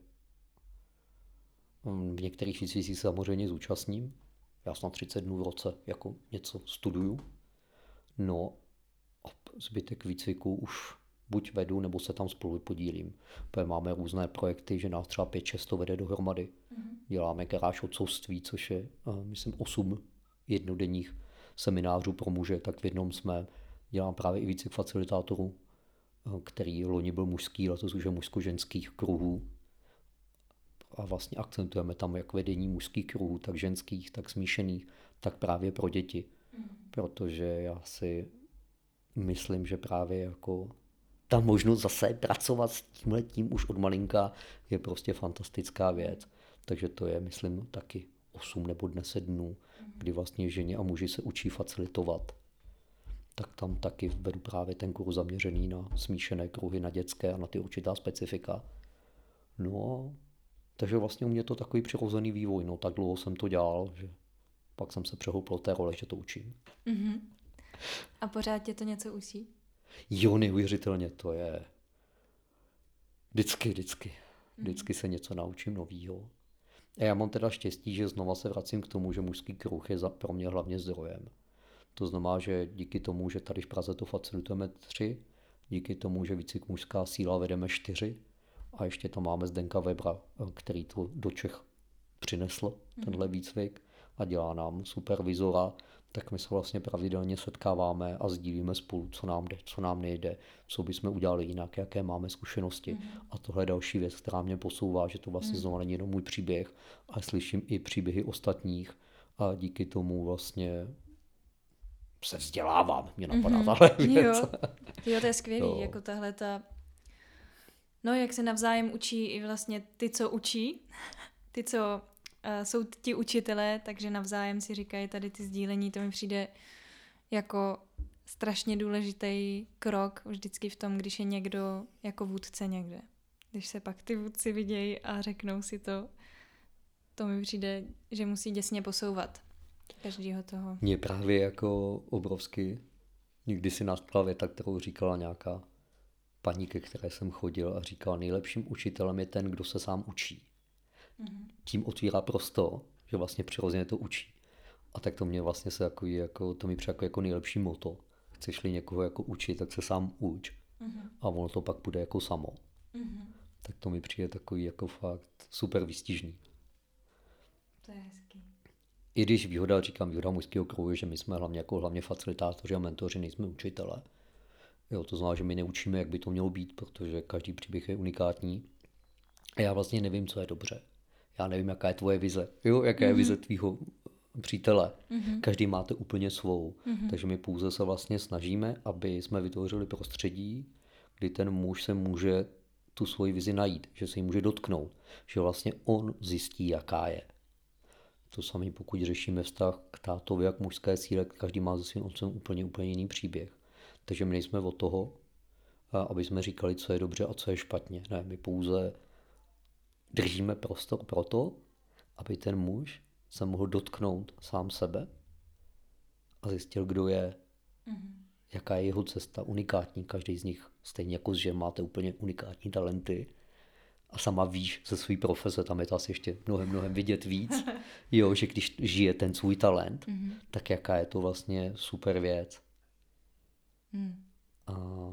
v některých výcvicích se samozřejmě zúčastním. Já snad třicet dnů v roce jako něco studuju. No a zbytek výcviku už buď vedu, nebo se tam spolu podílím. Protože máme různé projekty, že nás třeba pět šest to vede dohromady. Mm-hmm. Děláme garáž otcovství, což je, myslím, osm jednodenních seminářů pro muže, tak v jednom jsme, dělám právě i výcvik facilitátorů, který loni byl mužský, letos už je mužsko-ženských kruhů. A vlastně akcentujeme tam jak vedení mužských kruhů, tak ženských, tak smíšených, tak právě pro děti. Mm. Protože já si myslím, že právě jako ta možnost zase pracovat s tímhletím už od malinka je prostě fantastická věc. Takže to je, myslím, taky osm nebo deset dnů, kdy vlastně ženy a muži se učí facilitovat. Tak tam taky vedu právě ten kurz zaměřený na smíšené kruhy, na dětské a na ty určitá specifika. No, takže vlastně u mě to takový přirozený vývoj. No, tak dlouho jsem to dělal, že pak jsem se přehoupil té role, že to učím. Mm-hmm. A pořád tě to něco učí? Jo, neuvěřitelně, to je vždycky, vždycky. Vždycky se něco naučím novýho. A já mám teda štěstí, že znova se vracím k tomu, že mužský kruh je za, pro mě hlavně zdrojem. To znamená, že díky tomu, že tady v Praze to facilitujeme tři, díky tomu, že výcvik mužská síla vedeme čtyři a ještě tam máme Zdenka Webra, který to do Čech přinesl, tenhle výcvik a dělá nám supervizora, tak my se vlastně pravidelně setkáváme a sdílíme spolu, co nám jde, co nám nejde, co bychom udělali jinak, jaké máme zkušenosti. Mm. A tohle je další věc, která mě posouvá, že to vlastně mm. znovu není jenom můj příběh, ale slyším i příběhy ostatních a díky tomu vlastně se vzdělávám, mě napadá mm-hmm. tahle věc. Jo. jo, to je skvělý, jo. Jako tahle ta, no jak se navzájem učí i vlastně ty, co učí, ty, co uh, jsou ti učitelé, takže navzájem si říkají tady ty sdílení, to mi přijde jako strašně důležitý krok vždycky v tom, když je někdo jako vůdce někde. Když se pak ty vůdci vidějí a řeknou si to, to mi přijde, že musí děsně posouvat každýho toho. Mě právě jako obrovsky nikdy si nastala věta, kterou říkala nějaká paní, ke které jsem chodil a říkala, nejlepším učitelem je ten, kdo se sám učí. Mm-hmm. Tím otvírá prostor, že vlastně přirozeně to učí. A tak to mě vlastně se jako, jako to mi přijde jako, jako nejlepší motto. Chceš-li někoho jako učit, tak se sám uč. Mm-hmm. A ono to pak bude jako samo. Mm-hmm. Tak to mi přijde takový jako fakt super výstižný. To je hezký. I když výhoda, říkám, výhoda mužského kruhu je, že my jsme hlavně jako hlavně facilitátoři a mentoři, nejsme učitelé. Jo, to znamená, že my neučíme, jak by to mělo být, protože každý příběh je unikátní. A já vlastně nevím, co je dobře. Já nevím, jaká je tvoje vize. Jo, jaká je mm-hmm. vize tvýho přítele. Mm-hmm. Každý máte úplně svou. Mm-hmm. Takže my pouze se vlastně snažíme, aby jsme vytvořili prostředí, kdy ten muž se může tu svoji vizi najít, že se jí může dotknout, že vlastně on zjistí, jaká je. To samé, pokud řešíme vztah k tátovi a k mužské síle, každý má se svým otcem úplně, úplně jiný příběh. Takže my nejsme od toho, aby jsme říkali, co je dobře a co je špatně. Ne, my pouze držíme prostor pro to, aby ten muž se mohl dotknout sám sebe a zjistil, kdo je, mm-hmm. jaká je jeho cesta, unikátní. Každý z nich, stejně jako že máte úplně unikátní talenty a sama víš ze své profese, tam je to asi ještě mnohem, mnohem vidět víc, jo, že když žije ten svůj talent, mm-hmm. tak jaká je to vlastně super věc. Mm. A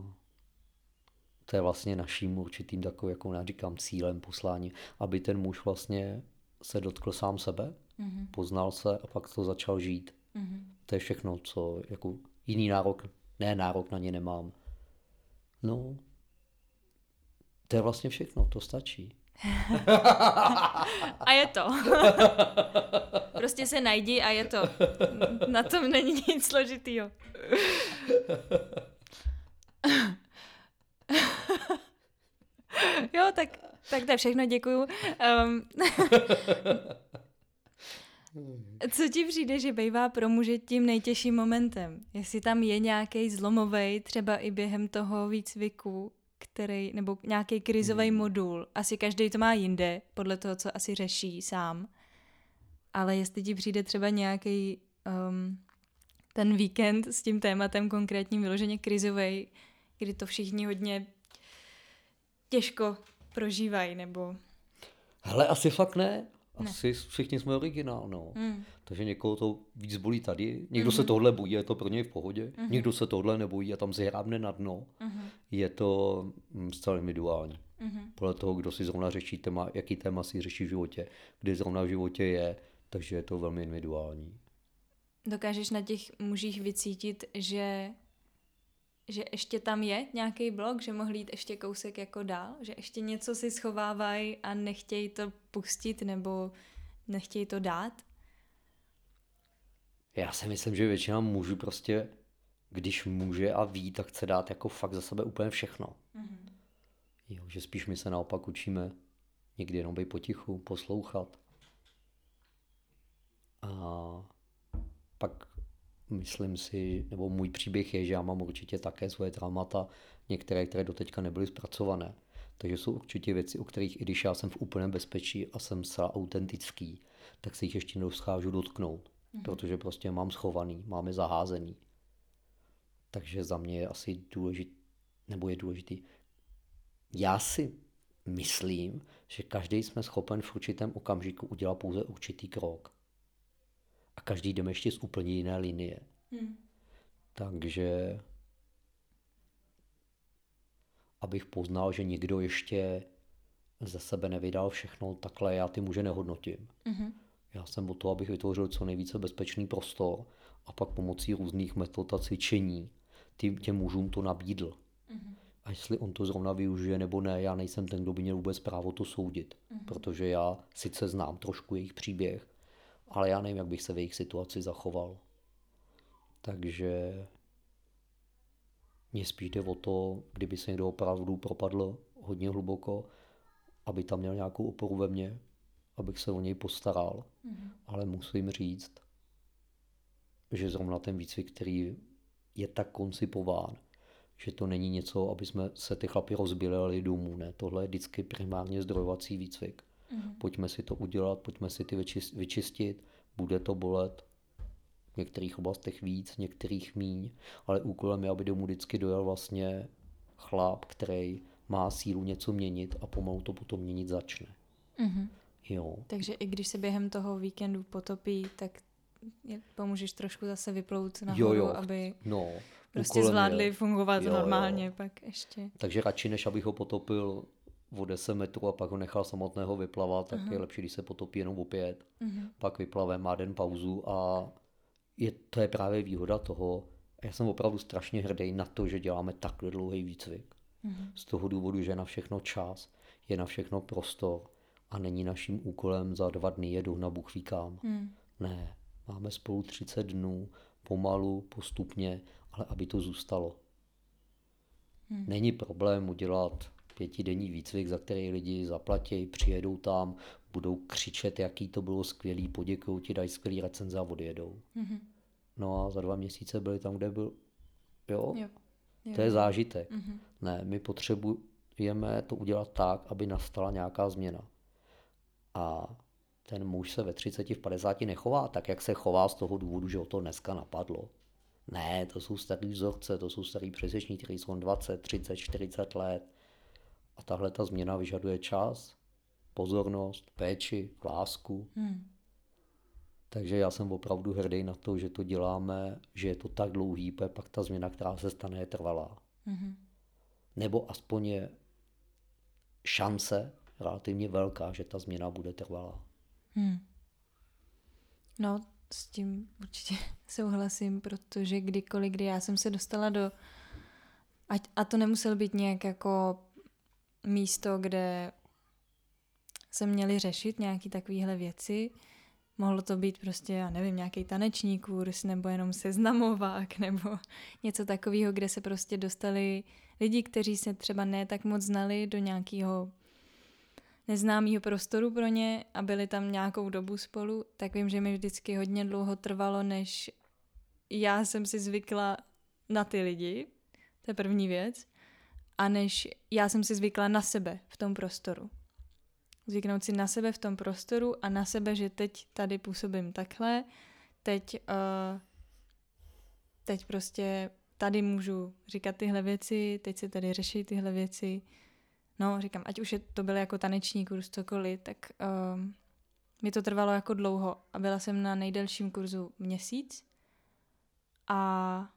to je vlastně naším určitým takovým, jako já říkám, cílem, poslání, aby ten muž vlastně se dotkl sám sebe Mm-hmm. Poznal se a pak to začal žít. Mm-hmm. To je všechno, co jako jiný nárok, ne nárok na ně nemám. No, to je vlastně všechno, to stačí. A je to. Prostě se najdi a je to. Na tom není nic složitýho. Jo, tak, tak to je všechno, děkuju. Um, co ti přijde, že bývá pro muže tím nejtěžším momentem? Jestli tam je nějaký zlomovej, třeba i během toho výcviku, který, nebo nějaký krizový Hmm. modul. Asi každý to má jinde, podle toho, co asi řeší sám. Ale jestli ti přijde třeba nějaký um, ten víkend s tím tématem konkrétním vyloženě krizovej, kdy to všichni hodně těžko prožívají, nebo... Hele, asi fakt ne. Ne. Asi všichni jsme originál, no. Mm. Takže někoho to víc bolí tady, někdo Mhm. se tohle bojí, je to pro něj v pohodě, Mhm. někdo se tohle nebojí a tam zhrábne na dno. Mhm. Je to mm, zcela individuální. Mhm. Podle toho, kdo si zrovna řeší téma, jaký téma si řeší v životě, kdy zrovna v životě je, takže je to velmi individuální. Dokážeš na těch mužích vycítit, že, že ještě tam je nějaký blok, že mohli jít ještě kousek jako dál, že ještě něco si schovávají a nechtějí to pustit nebo nechtějí to dát? Já si myslím, že většina mužů prostě, když může a ví, tak chce dát jako fakt za sebe úplně všechno. Mhm. Jo, že spíš my se naopak učíme někdy jenom být potichu, poslouchat. A pak myslím si, nebo můj příběh je, že já mám určitě také svoje traumata, některé, které doteďka nebyly zpracované. Takže jsou určitě věci, o kterých i když já jsem v úplném bezpečí a jsem zcela autentický, tak se jich ještě nedoschážu dotknout, mm-hmm. protože prostě mám schovaný, máme zaházený. Takže za mě je asi důležitý, nebo je důležitý. Já si myslím, že každý jsme schopen v určitém okamžiku udělat pouze určitý krok. A každý jdeme ještě z úplně jiné linie. Hmm. Takže abych poznal, že někdo ještě ze sebe nevydal všechno, takhle já ty muže nehodnotím. Mm-hmm. Já jsem o to, abych vytvořil co nejvíce bezpečný prostor a pak pomocí různých metod a cvičení tím, těm mužům to nabídl. Mm-hmm. A jestli on to zrovna využije nebo ne, já nejsem ten, kdo by měl vůbec právo to soudit. Mm-hmm. Protože já sice znám trošku jejich příběh, ale já nevím, jak bych se v jejich situaci zachoval. Takže mně spíš jde o to, kdyby se někdo opravdu propadl hodně hluboko, aby tam měl nějakou oporu ve mně, abych se o něj postaral. Mm-hmm. Ale musím říct, že zrovna ten výcvik, který je tak koncipován, že to není něco, aby jsme se ty chlapi rozbělili domů. Ne, tohle je vždycky primárně zdrojovací výcvik. Mm-hmm. Pojďme si to udělat, pojďme si ty vyčistit, bude to bolet, v některých oblastech víc, v některých míň, ale úkolem je, aby domů vždycky dojel vlastně chlap, který má sílu něco měnit a pomalu to potom měnit začne. Mm-hmm. Jo. Takže i když se během toho víkendu potopí, tak pomůžeš trošku zase vyplout nahoru, jo, jo. aby no, prostě zvládli je. fungovat jo, normálně jo. pak ještě. Takže radši, než abych ho potopil o deset metrů a pak ho nechal samotného vyplavat, tak uh-huh. je lepší, když se potopí jenom o pět. Uh-huh. Pak vyplave, má den pauzu a je, to je právě výhoda toho. Já jsem opravdu strašně hrdý na to, že děláme takhle dlouhý výcvik. Uh-huh. Z toho důvodu, že je na všechno čas, je na všechno prostor a není naším úkolem za dva dny jedu na Bůh ví kam. Uh-huh. Ne, máme spolu třicet dnů, pomalu, postupně, ale aby to zůstalo. Uh-huh. Není problém udělat pětidenní výcvik, za který lidi zaplatí, přijedou tam, budou křičet, jaký to bylo skvělý, poděkují ti, dají skvělý recenze a odjedou. Mm-hmm. No a za dva měsíce byli tam, kde byl. Jo? Jo. Jo. To je zážitek. Mm-hmm. Ne, my potřebujeme to udělat tak, aby nastala nějaká změna. A ten muž se ve třiceti, v padesáti nechová tak, jak se chová z toho důvodu, že ho to dneska napadlo. Ne, to jsou starý vzorce, to jsou starý přesvědčení, kteří jsou dvacet, třicet, čtyřicet let. A tahle ta změna vyžaduje čas, pozornost, péči, lásku. Hmm. Takže já jsem opravdu hrdý na to, že to děláme, že je to tak dlouhý, pak ta změna, která se stane, je trvalá. Hmm. Nebo aspoň je šance relativně velká, že ta změna bude trvalá. Hmm. No, s tím určitě souhlasím, protože kdykoliv, kdy já jsem se dostala do... Ať, a to nemuselo být nějak jako místo, kde se měli řešit nějaký takovéhle věci. Mohlo to být prostě, já nevím, nějaký taneční kurz, nebo jenom seznamovák, nebo něco takového, kde se prostě dostali lidi, kteří se třeba ne tak moc znali, do nějakého neznámého prostoru pro ně a byli tam nějakou dobu spolu, tak vím, že mi vždycky hodně dlouho trvalo, než já jsem si zvykla na ty lidi, to je první věc, a než já jsem si zvykla na sebe v tom prostoru. Zvyknout si na sebe v tom prostoru a na sebe, že teď tady působím takhle, teď, uh, teď prostě tady můžu říkat tyhle věci, teď se tady řeší tyhle věci. No, říkám, ať už je to byl jako taneční kurz, cokoliv, tak uh, mi to trvalo jako dlouho a byla jsem na nejdelším kurzu měsíc a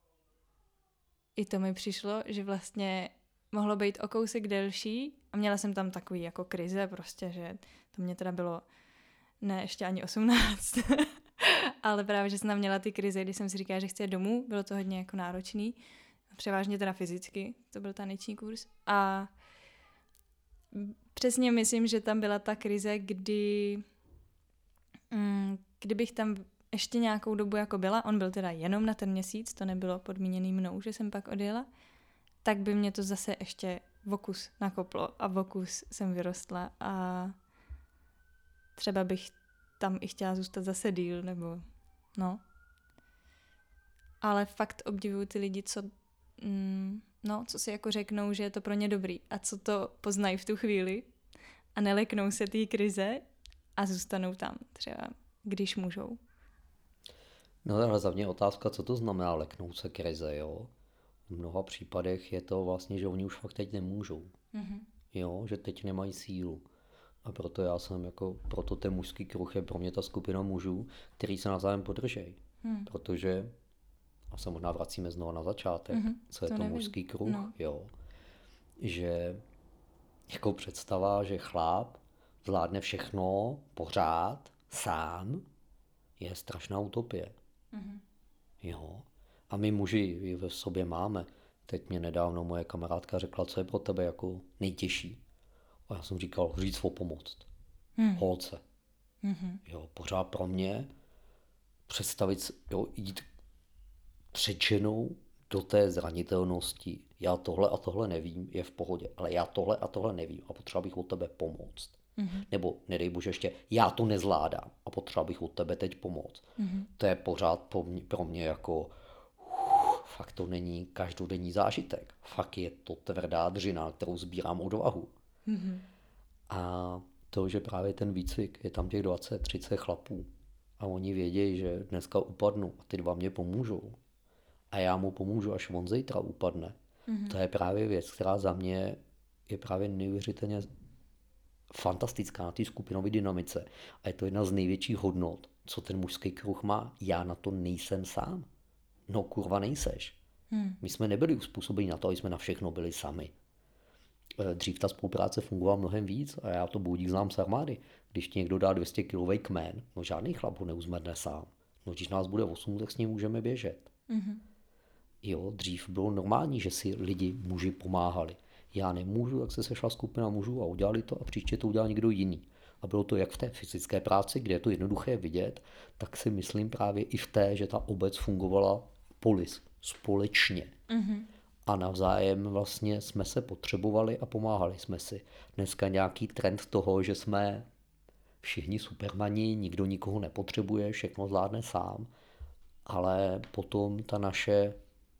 i to mi přišlo, že vlastně mohlo být o kousek delší a měla jsem tam takový jako krize prostě, že to mě teda bylo ne ještě ani osmnáct, ale právě, že jsem tam měla ty krize, když jsem si říkala, že chci jít domů, bylo to hodně jako náročný, převážně teda fyzicky, to byl taneční kurz a přesně myslím, že tam byla ta krize, kdy mm, kdybych tam ještě nějakou dobu jako byla, on byl teda jenom na ten měsíc, to nebylo podmíněný mnou, že jsem pak odjela, tak by mě to zase ještě vokus nakoplo a vokus jsem vyrostla a třeba bych tam i chtěla zůstat zase díl, nebo no. Ale fakt obdivuju ty lidi, co, mm, no, co si jako řeknou, že je to pro ně dobrý a co to poznají v tu chvíli a neleknou se té krize a zůstanou tam třeba, když můžou. No ale za mě otázka, co to znamená leknout se krize, jo? V mnoha případech je to vlastně, že oni už fakt teď nemůžou. Mm-hmm. Jo, že teď nemají sílu. A proto já jsem jako, proto ten mužský kruh je pro mě ta skupina mužů, který se navzájem podržejí. Mm. Protože, a se možná vracíme znovu na začátek, mm-hmm. co je to, to mužský kruh, no. Jo. Že jako představa, že chlap zvládne všechno pořád, sám, je strašná utopie. Mm-hmm. Jo. A my muži ji v sobě máme. Teď mě nedávno moje kamarádka řekla, co je pro tebe jako nejtěžší. A já jsem říkal, říct o pomoc. Hmm. Holce. Mm-hmm. Jo, pořád pro mě představit, jo, jít před ženou do té zranitelnosti. Já tohle a tohle nevím, je v pohodě, ale já tohle a tohle nevím a potřeba bych od tebe pomoct. Mm-hmm. Nebo nedej bože ještě, já to nezvládám a potřeba bych od tebe teď pomoct. Mm-hmm. To je pořád pro mě, pro mě jako fakt to není každodenní zážitek. Fakt je to tvrdá dřina, kterou sbírám odvahu. Mm-hmm. A to, že právě ten výcvik, je tam těch dvacet třicet chlapů a oni vědějí, že dneska upadnu a ty dva mě pomůžou. A já mu pomůžu, až on zítra upadne. Mm-hmm. To je právě věc, která za mě je právě neuvěřitelně fantastická na té skupinové dynamice. A je to jedna z největších hodnot, co ten mužský kruh má. Já na to nejsem sám. No kurva nejseš. Hmm. My jsme nebyli uspůsobeni na to, aby jsme na všechno byli sami. Dřív ta spolupráce fungovala mnohem víc a já to boudík znám z armády. Když ti někdo dá dvě stě kilový kmen, no žádný chlap ho neuzmrdne sám. No když nás bude osm, tak s ním můžeme běžet. Hmm. Jo, dřív bylo normální, že si lidi, muži pomáhali. Já nemůžu, tak se sešla skupina mužů a udělali to a příště to udělal někdo jiný. A bylo to jak v té fyzické práci, kde je to jednoduché vidět, tak si myslím právě i v té, že ta obec fungovala polis, společně. Mm-hmm. A navzájem vlastně jsme se potřebovali a pomáhali jsme si. Dneska nějaký trend toho, že jsme všichni supermani, nikdo nikoho nepotřebuje, všechno zvládne sám, ale potom ta naše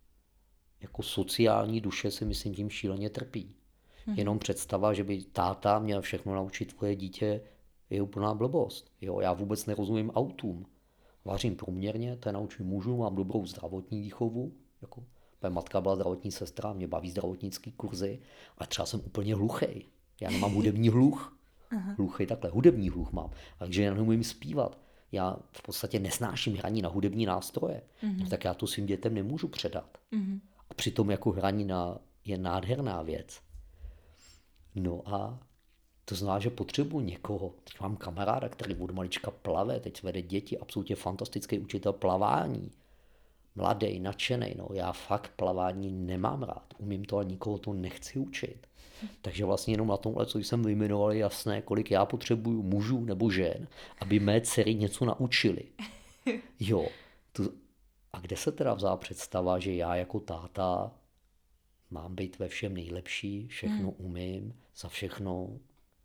jako sociální duše si myslím tím šíleně trpí. Mm-hmm. Jenom představa, že by táta měl všechno naučit tvoje dítě, je úplná blbost. Jo, já vůbec nerozumím autům. Vařím průměrně, to je naučím mužů, mám dobrou zdravotní výchovu. Jako, moje matka byla zdravotní sestra, mě baví zdravotnický kurzy, a třeba jsem úplně hluchej. Já nemám hudební hluch. Hluchej takhle, hudební hluch mám. Takže já neumím zpívat. Já v podstatě nesnáším hraní na hudební nástroje. Mm-hmm. No, tak já to svým dětem nemůžu předat. Mm-hmm. A přitom jako hraní na, je nádherná věc. No a To znamená, že potřebuji někoho. Teď mám kamaráda, který od malička plave, teď vede děti, absolutně fantastický učitel plavání. Mladý, nadšený, no já fakt plavání nemám rád. Umím to, ale nikoho to nechci učit. Takže vlastně jenom na tomhle, co jsem vyjmenoval, je jasné, kolik já potřebuju mužů nebo žen, aby mé dcery něco naučili. Jo. To... A kde se teda vzala představa, že já jako táta mám být ve všem nejlepší, všechno hmm. umím, za všechno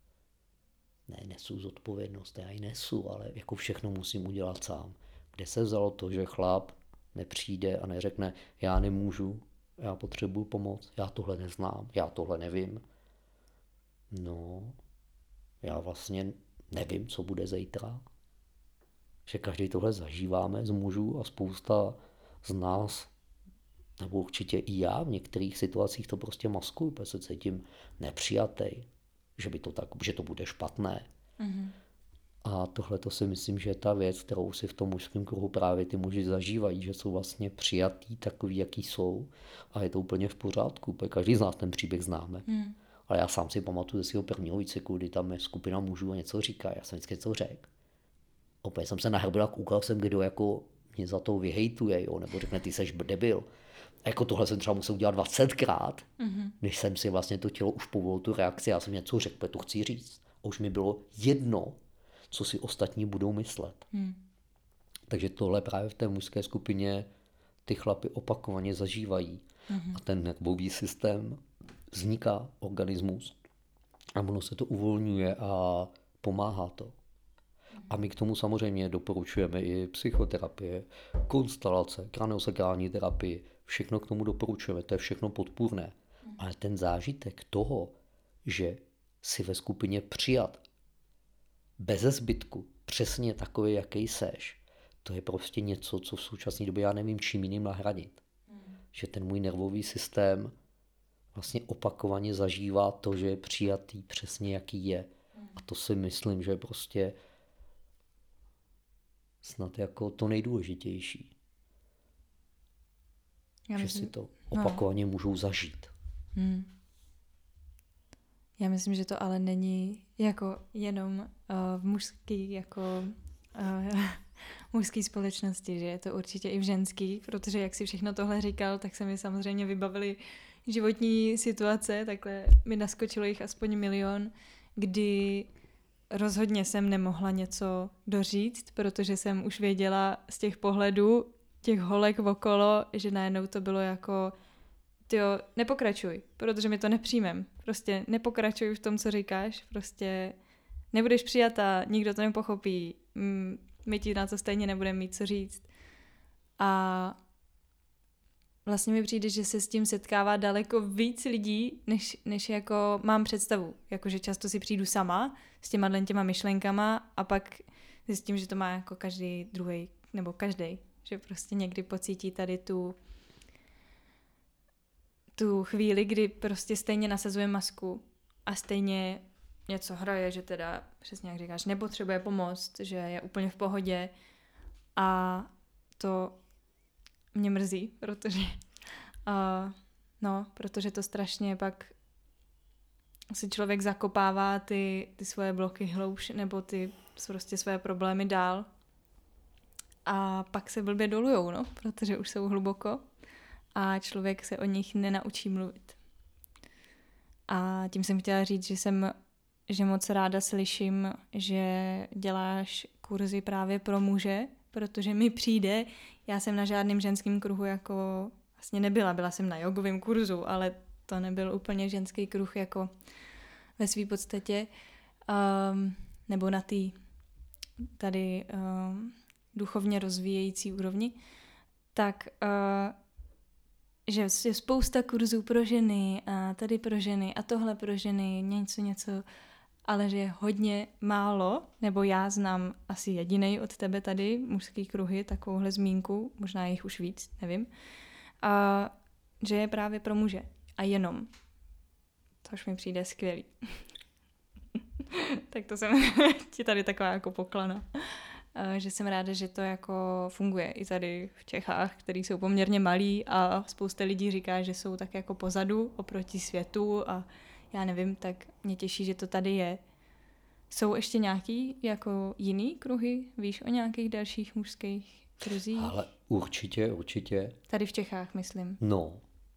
ne, nesu zodpovědnost, já ji nesu, ale jako všechno musím udělat sám. Kde se vzalo to, že chlap nepřijde a neřekne, já nemůžu, já potřebuju pomoc, já tohle neznám, já tohle nevím. No, já vlastně nevím, co bude zítra. Že každý tohle zažíváme z mužů a spousta z nás, nebo určitě i já v některých situacích to prostě maskuju, protože se cítím nepřijatý, že, by to tak, že to bude špatné. Mm-hmm. A tohle to si myslím, že je ta věc, kterou si v tom mužském kruhu právě ty muži zažívají, že jsou vlastně přijatý takový, jaký jsou a je to úplně v pořádku, protože každý z nás ten příběh známe. Mm. Ale já sám si pamatuju ze svého prvního výcviku, kdy tam je skupina mužů a něco říká, já jsem vždycky něco řekl. Opět jsem se nahrbil a koukal jsem, kdo jako mě za to vyhejtuje, jo, nebo řekne, ty seš debil. A jako tohle jsem třeba musel udělat dvacetkrát, mm-hmm. než jsem si vlastně to tělo už povolil tu reakci, já jsem něco řekl, protože to chci říct. A už mi bylo jedno, co si ostatní budou myslet. Hmm. Takže tohle právě v té mužské skupině ty chlapy opakovaně zažívají. Hmm. A ten nervový systém vzniká, organismus, a ono se to uvolňuje a pomáhá to. A my k tomu samozřejmě doporučujeme i psychoterapie, konstelace, kraniosakrální terapii, všechno k tomu doporučujeme, to je všechno podpůrné. Hmm. Ale ten zážitek toho, že si ve skupině přijat beze zbytku, přesně takový, jaký seš, to je prostě něco, co v současné době já nevím, čím jiným nahradit. Hmm. Že ten můj nervový systém vlastně opakovaně zažívá to, že je přijatý přesně, jaký je. Hmm. A to si myslím, že je prostě snad jako to nejdůležitější. Já že myslím, si to opakovaně no. můžou zažít. Hmm. Já myslím, že to ale není jako jenom uh, v mužský, jako uh, mužský společnosti, že je to určitě i v ženský, protože jak si všechno tohle říkal, tak se mi samozřejmě vybavily životní situace, takhle mi naskočilo jich aspoň milion, kdy rozhodně jsem nemohla něco doříct, protože jsem už věděla z těch pohledů těch holek okolo, že najednou to bylo jako tyjo, nepokračuj, protože mi to nepřijmem. Prostě nepokračuj v tom, co říkáš, prostě nebudeš přijatá, nikdo to nepochopí, my ti na to stejně nebudeme mít co říct. A vlastně mi přijde, že se s tím setkává daleko víc lidí, než, než jako mám představu. Jakože často si přijdu sama s těma těma myšlenkama a pak zjistím, že to má jako každý druhý, nebo každý, že prostě někdy pocítí tady tu tu chvíli, kdy prostě stejně nasazuje masku a stejně něco hraje, že teda, přesně jak říkáš, nepotřebuje pomoct, že je úplně v pohodě a to mě mrzí, protože uh, no, protože to strašně pak si člověk zakopává ty, ty svoje bloky hloubš nebo ty prostě své problémy dál a pak se blbě dolujou, no, protože už jsou hluboko a člověk se o nich nenaučí mluvit. A tím jsem chtěla říct, že jsem, že moc ráda slyším, že děláš kurzy právě pro muže, protože mi přijde, já jsem na žádném ženském kruhu jako vlastně nebyla, byla jsem na jogovém kurzu, ale to nebyl úplně ženský kruh jako ve své podstatě, um, nebo na té tady um, duchovně rozvíjející úrovni, tak uh, že je spousta kurzů pro ženy a tady pro ženy a tohle pro ženy, něco, něco, ale že je hodně málo, nebo já znám asi jedinej od tebe tady, mužský kruhy, takovouhle zmínku, možná jich už víc, nevím, a že je právě pro muže a jenom. Což mi přijde skvělý. Tak to jsem ti tady taková jako poklana. Že jsem ráda, že to jako funguje i tady v Čechách, který jsou poměrně malí a spousta lidí říká, že jsou tak jako pozadu oproti světu a já nevím, tak mě těší, že to tady je Jsou ještě nějaký jako jiný kruhy? Víš o nějakých dalších mužských kruzích? Ale určitě, určitě. Tady v Čechách, myslím. No.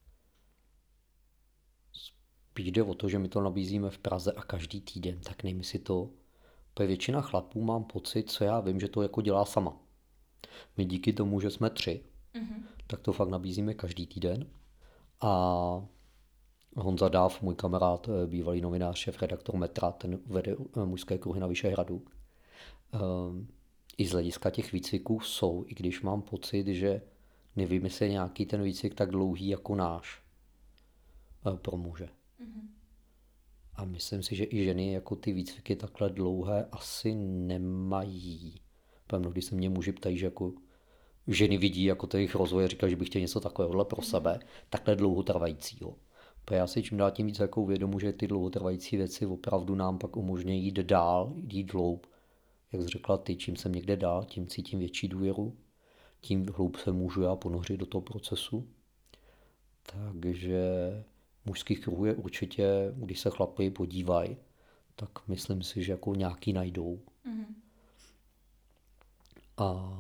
Spíš jde o to, že my to nabízíme v Praze a každý týden, tak nejmi si to. Protože většina chlapů mám pocit, co já vím, že to jako dělá sama. My díky tomu, že jsme tři, mm-hmm. tak to fakt nabízíme každý týden. A Honza Dáv, můj kamarád, bývalý novinář, šéfredaktor Metra, ten vede mužské kruhy na Vyšehradu. Um, I z hlediska těch výcviků jsou, i když mám pocit, že nevím, jestli je nějaký ten výcvik tak dlouhý jako náš pro muže. Mm-hmm. A myslím si, že i ženy jako ty výcviky takhle dlouhé asi nemají. Protože mnohdy se mě muži ptají, že jako ženy vidí jako ten jejich rozvoj a říkají, že by chtěli něco takového pro sebe, takhle dlouhotrvajícího. Protože já si čím dál tím víc jako uvědomu, že ty dlouhotrvající věci opravdu nám pak umožňují jít dál, jít hloub. Jak jsi řekla ty, čím jsem někde dál, tím cítím větší důvěru, tím hloub se můžu já ponořit do toho procesu. Takže mužských kruhů je určitě, když se chlapi podívají, tak myslím si, že jako nějaký najdou. Mm-hmm. A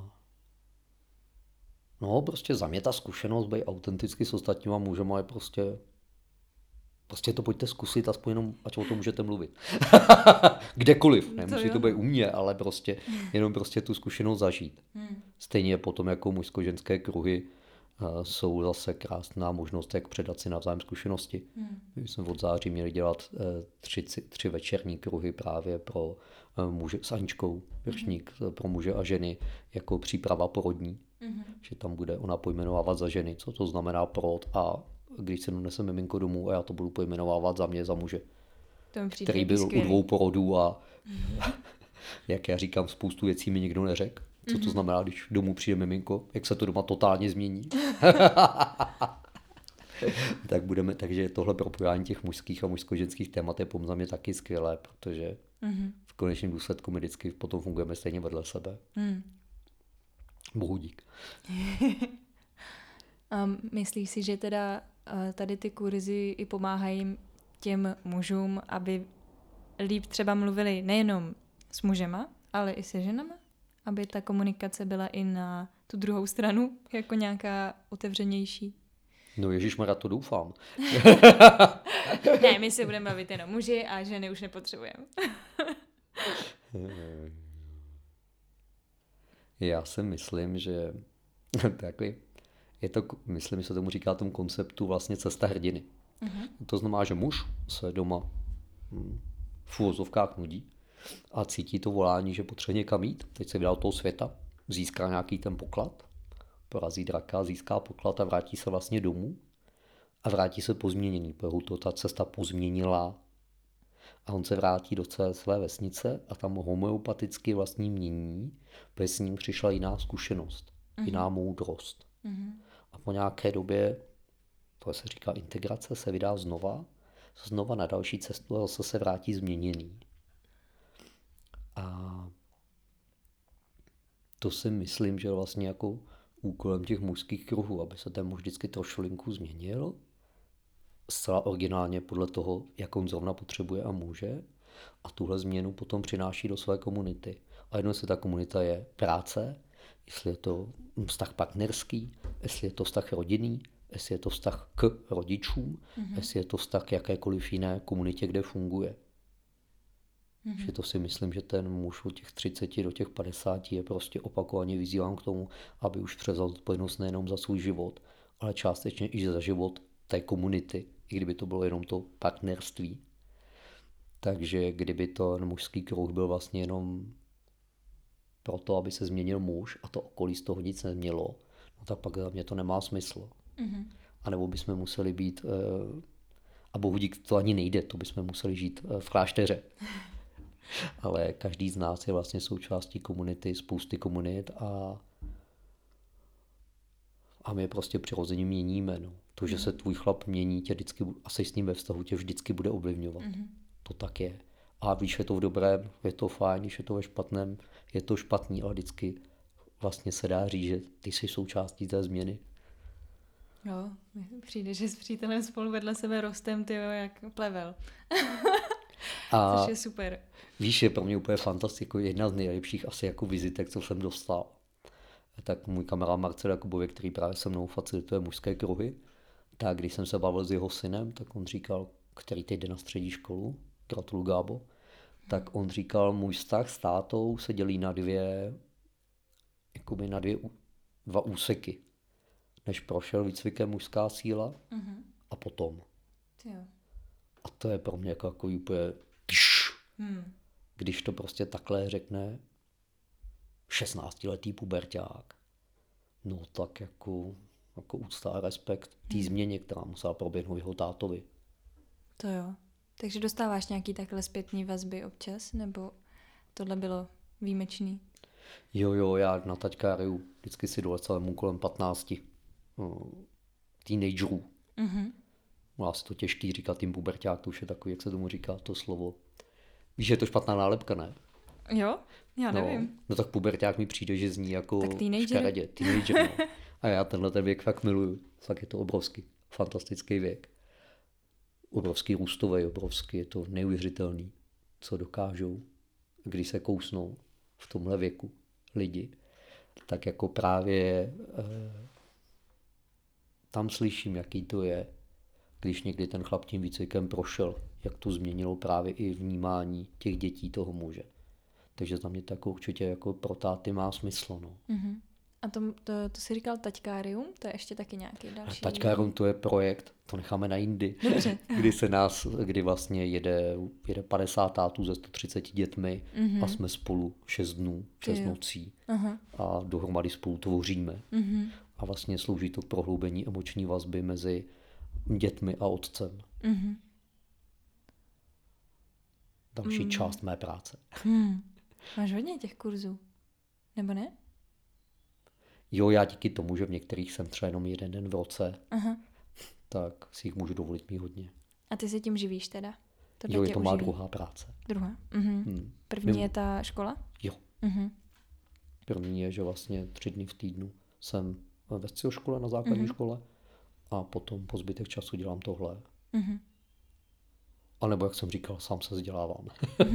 no, prostě za mě ta zkušenost být autenticky s ostatníma mužema je prostě Prostě to pojďte zkusit, aspoň jenom, ať o tom můžete mluvit. Kdekoliv, nemusí to, to být u mě, ale prostě jenom prostě tu zkušenost zažít. Hmm. Stejně potom jako mužsko-ženské kruhy uh, jsou zase krásná možnost, jak předat si navzájem zkušenosti. Hmm. My jsme od září měli dělat uh, tři, tři večerní kruhy právě pro uh, muže s Aničkou, vršník hmm. pro muže a ženy, jako příprava porodní. Hmm. Že tam bude ona pojmenovávat za ženy, co to znamená porod a když se donese miminko domů a já to budu pojmenovávat za mě, za muže, který byl skvělý. U dvou porodů a mm-hmm. jak já říkám, spoustu věcí mi nikdo neřekl. Co to znamená, když domů přijde miminko, jak se to doma totálně změní. Tak budeme, takže tohle propojání těch mužských a mužsko-ženských témat je za mě taky skvělé, protože mm-hmm. v konečném důsledku my vždycky potom fungujeme stejně vedle sebe. Mm. Bohu dík. Um, myslíš si, že teda uh, tady ty kurzy i pomáhají těm mužům, aby líp třeba mluvili nejenom s mužema, ale i se ženama? Aby ta komunikace byla i na tu druhou stranu jako nějaká otevřenější? No ježišmarja, to doufám. Ne, my si budeme bavit jenom muži a ženy už nepotřebujeme. Já si myslím, že takový je to, myslím, že se tomu říká tomu konceptu vlastně cesta hrdiny. Uh-huh. To znamená, že muž se doma hm, v úvozovkách nudí a cítí to volání, že potřebuje někam jít. Teď se vydá do toho světa, získá nějaký ten poklad, porazí draka, získá poklad a vrátí se vlastně domů a vrátí se pozměněný, protože to ta cesta pozměnila a on se vrátí do celé své vesnice a tam homeopaticky vlastně mění, protože s ním přišla jiná zkušenost, uh-huh. jiná moudrost. Uh-huh. A po nějaké době, to se říká integrace, se vydá znova, znova na další cestu a zase se vrátí změněný. A to si myslím, že vlastně jako úkolem těch mužských kruhů, aby se ten muž vždycky trošilinku změnil, zcela originálně podle toho, jak on zrovna potřebuje a může, a tuhle změnu potom přináší do své komunity. A jedno, jestli ta komunita je práce, jestli je to vztah partnerský, jestli je to vztah rodinný, jestli je to vztah k rodičům, mm-hmm. jestli je to vztah k jakékoliv jiné komunitě, kde funguje. Mm-hmm. Že to si myslím, že ten muž od těch třiceti do těch padesáti je prostě opakovaně vyzýván k tomu, aby už převzal odpovědnost nejenom za svůj život, ale částečně i za život té komunity, i kdyby to bylo jenom to partnerství. Takže kdyby to mužský kruh byl vlastně jenom proto, aby se změnil muž a to okolí z toho nic nemělo, no tak pak za mě to nemá smysl. Mm-hmm. A nebo bychom museli být, a bohu dík, to ani nejde, to bychom museli žít v klášteře. Ale každý z nás je vlastně součástí komunity, spousty komunit a, a my prostě přirozeně měníme. No. To, že se tvůj chlap mění, tě vždycky, a jsi s ním ve vztahu, tě vždycky bude ovlivňovat. Mm-hmm. To tak je. A víš, je to v dobrém, je to fajn, když je to ve špatném, je to špatný, ale vždycky vlastně se dá říct, že ty jsi součástí té změny. Jo, přijde, že s přítelem spolu vedle sebe rostem, tyjo, jak plevel. A což je super. Víš, je pro mě úplně fantastický, jedna z nejlepších asi jako vizitek, co jsem dostal. Tak můj kamarád Marcel Jakubově, který právě se mnou facilituje mužské kruhy, tak když jsem se bavil s jeho synem, tak on říkal, který teď jde na střední školu, gratuluju Gábo, tak on říkal, můj vztah s tátou se dělí na dvě, jakoby na dvě, dva úseky. Než prošel výcvikem mužská síla Mm-hmm. a potom. Jo. A to je pro mě jako, jako úplně tš, Hmm. když to prostě takhle řekne šestnáctiletý puberťák. No tak jako, jako úcta a respekt té Hmm. změně, která musela proběhnout jeho tátovi. To jo. Takže dostáváš nějaký takhle zpětný vazby občas, nebo tohle bylo výjimečný? Jo, jo, já na taťkáriu vždycky si dolecel mu kolem patnácti uh, teenagerů. Mhm. Má se to těžký říkat tým puberťák, to už je takový, jak se tomu říká to slovo. Víš, že je to špatná nálepka, ne? Jo? Já nevím. No, no tak puberťák mi přijde, že zní jako Tak teenager? škaredě. Teenager, no. A já tenhle ten věk fakt miluju. Fakt je to obrovský, fantastický věk. Obrovský růstový, obrovský, je to neuvěřitelný, co dokážou, když se kousnou v tomhle věku lidi. Tak jako právě eh, tam slyším, jaký to je, když někdy ten chlap tím výcvikem prošel, jak to změnilo právě i vnímání těch dětí toho muže. Takže za mě to jako určitě jako pro táty má smysl. No. Mhm. A to, to, to jsi říkal taťkárium? To je ještě taky nějaký další... Taťkárum to je projekt, to necháme na jindy, Dobře. kdy se nás, kdy vlastně jede, jede padesát tátů ze sto třicet dětmi Mhm. a jsme spolu šest dnů, šest Jo. nocí Aha. a dohromady spolu tvoříme. Mhm. A vlastně slouží to k prohloubení emoční vazby mezi dětmi a otcem. Mhm. Další část mé práce. Hmm. Máš hodně těch kurzů, nebo ne? Jo, já díky tomu, že v některých jsem třeba jenom jeden den v roce, Aha. tak si jich můžu dovolit mít hodně. A ty se tím živíš teda? Tohle Jo, je tě to má uživí? druhá práce. Druhá. Mhm. Hmm. První Mimo- je ta škola? Jo, Mhm. první je, že vlastně tři dny v týdnu jsem ve středoškole na základní Mhm. škole a potom po zbytek času dělám tohle. Mhm. A nebo jak jsem říkal, sám se vzdělávám.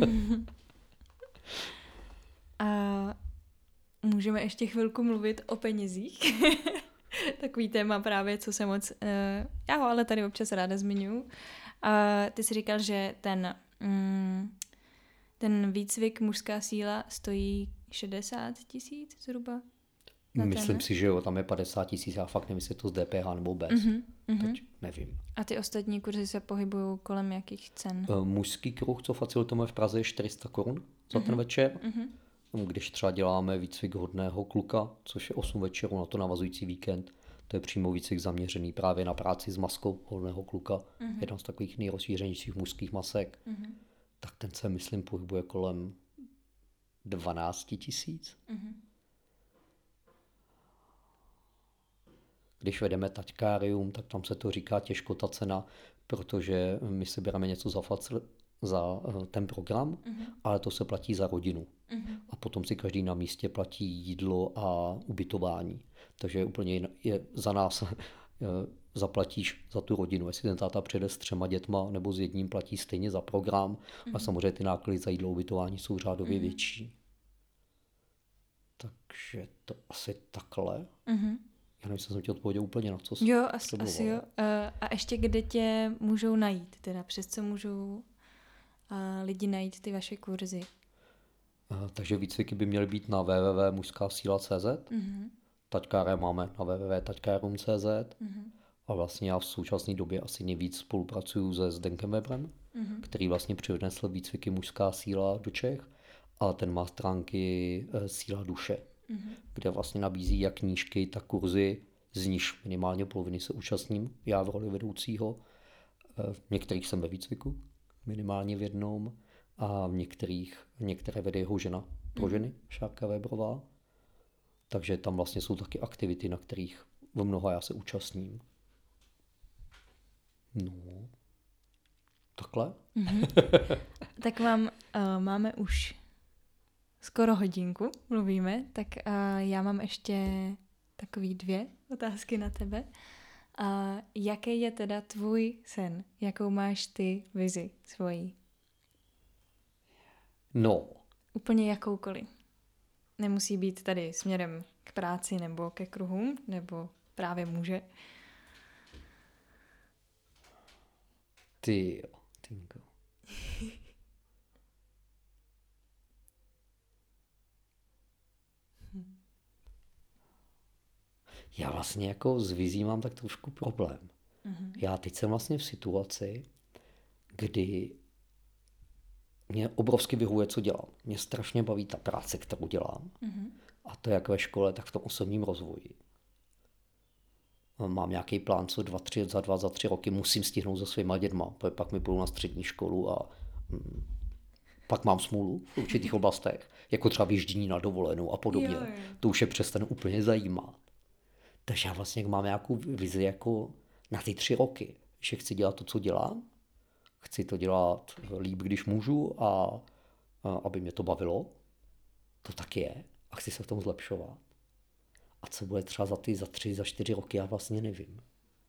A můžeme ještě chvilku mluvit o penězích. Takový téma právě, co se moc... Uh, já ho ale tady občas ráda zmiňuji. Uh, ty jsi říkal, že ten, mm, ten výcvik mužská síla stojí šedesát tisíc zhruba? Na Myslím ten, si, že jo, tam je padesát tisíc, já fakt nevím, jestli je to z D P H nebo bez. Uh-huh, uh-huh. Teď nevím. A ty ostatní kurzy se pohybují kolem jakých cen? Uh, Mužský kruh, co facilitujeme v Praze, je čtyři sta korun za ten večer. Uh-huh. Když třeba děláme výcvik hodného kluka, což je osm večerů na to navazující víkend, to je přímo výcvik zaměřený právě na práci s maskou hodného kluka, Mhm. jedna z takových nejrozšířenějších mužských masek, Uh-huh. tak ten se, myslím, pohybuje kolem dvanáct tisíc. Uh-huh. Když vedeme taťkárium, tak tam se to říká těžko ta cena, protože my si bereme něco za, facil, za eh, ten program, Uh-huh. ale to se platí za rodinu. Uh-huh. A potom si každý na místě platí jídlo a ubytování. Takže je úplně jinak, je za nás eh, zaplatíš za tu rodinu. Jestli ten táta přijede s třema dětma nebo s jedním, platí stejně za program. Mhm. A samozřejmě ty náklady za jídlo a ubytování jsou řádově Mhm. větší. Takže to asi takhle. Uh-huh. Já nevím, jestli jsem ti odpověděl úplně na co jsi Jo, as, potřeboval. asi jo. Uh, a ještě kde tě můžou najít, teda přes co můžou uh, lidi najít ty vaše kurzy? Eh, Takže výcviky by měly být na w w w tečka mužská síla tečka c z. Uh-huh. Taťkáře máme na w w w tečka taťkárum tečka c z. Uh-huh. A vlastně já v současné době asi nejvíc spolupracuju se Zdenkem Webrem, Uh-huh. který vlastně přinesl výcviky mužská síla do Čech, a ten má stránky eh, Síla duše, Uh-huh. kde vlastně nabízí jak knížky, tak kurzy, z níž minimálně poloviny se účastním, já v roli vedoucího. Eh, V některých jsem ve výcviku, minimálně v jednom, a v některých, některé vede jeho žena pro ženy, Šárka Webrová. Takže tam vlastně jsou taky aktivity, na kterých v mnoha já se účastním. No, takhle. Tak vám uh, máme už skoro hodinku, mluvíme, tak uh, já mám ještě takový dvě otázky na tebe. Uh, jaký je teda tvůj sen? Jakou máš ty vizi svojí? No. Úplně jakoukoliv. Nemusí být tady směrem k práci nebo ke kruhům, nebo právě může. Ty jo, Tinko. Já vlastně jako s vizí mám tak trošku problém. Mm-hmm. Já teď jsem vlastně v situaci, kdy mě obrovsky vyhovuje, co dělám. Mě strašně baví ta práce, kterou dělám. Mm-hmm. A to jak ve škole, tak v tom osobním rozvoji. Mám nějaký plán, co dva, tři, za dva, za tři roky musím stihnout se svýma dětma, protože pak mi půjdu na střední školu a mm, pak mám smůlu v určitých oblastech, jako třeba vyjíždění na dovolenou a podobně. Jo, jo. To už je přestane úplně zajímat. Takže já vlastně mám nějakou vizi jako na ty tři roky, že chci dělat to, co dělám, chci to dělat líp, když můžu a, a aby mě to bavilo, to tak je a chci se v tom zlepšovat. A co bude třeba za ty, za tři, za čtyři roky, já vlastně nevím.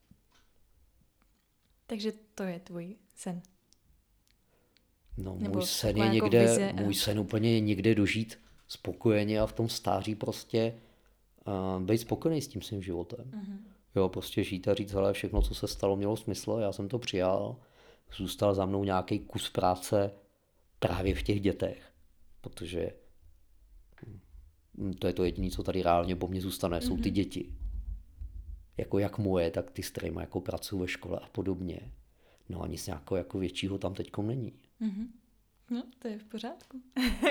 Takže to je tvůj sen? No Nebo můj sen je někde, vize, můj sen úplně je někde dožít spokojeně a v tom stáří prostě uh, být spokojený s tím svým životem. Uh-huh. Jo, prostě žít a říct, hele, všechno, co se stalo, mělo smysl, já jsem to přijal, zůstal za mnou nějaký kus práce právě v těch dětech, protože to je to jediné, co tady reálně po mně zůstane, mm-hmm. jsou ty děti. Jako jak moje, tak ty, s kterýma jako pracuji ve škole a podobně. No a nic nějakého jako většího tam teďkom není. Mm-hmm. No, to je v pořádku.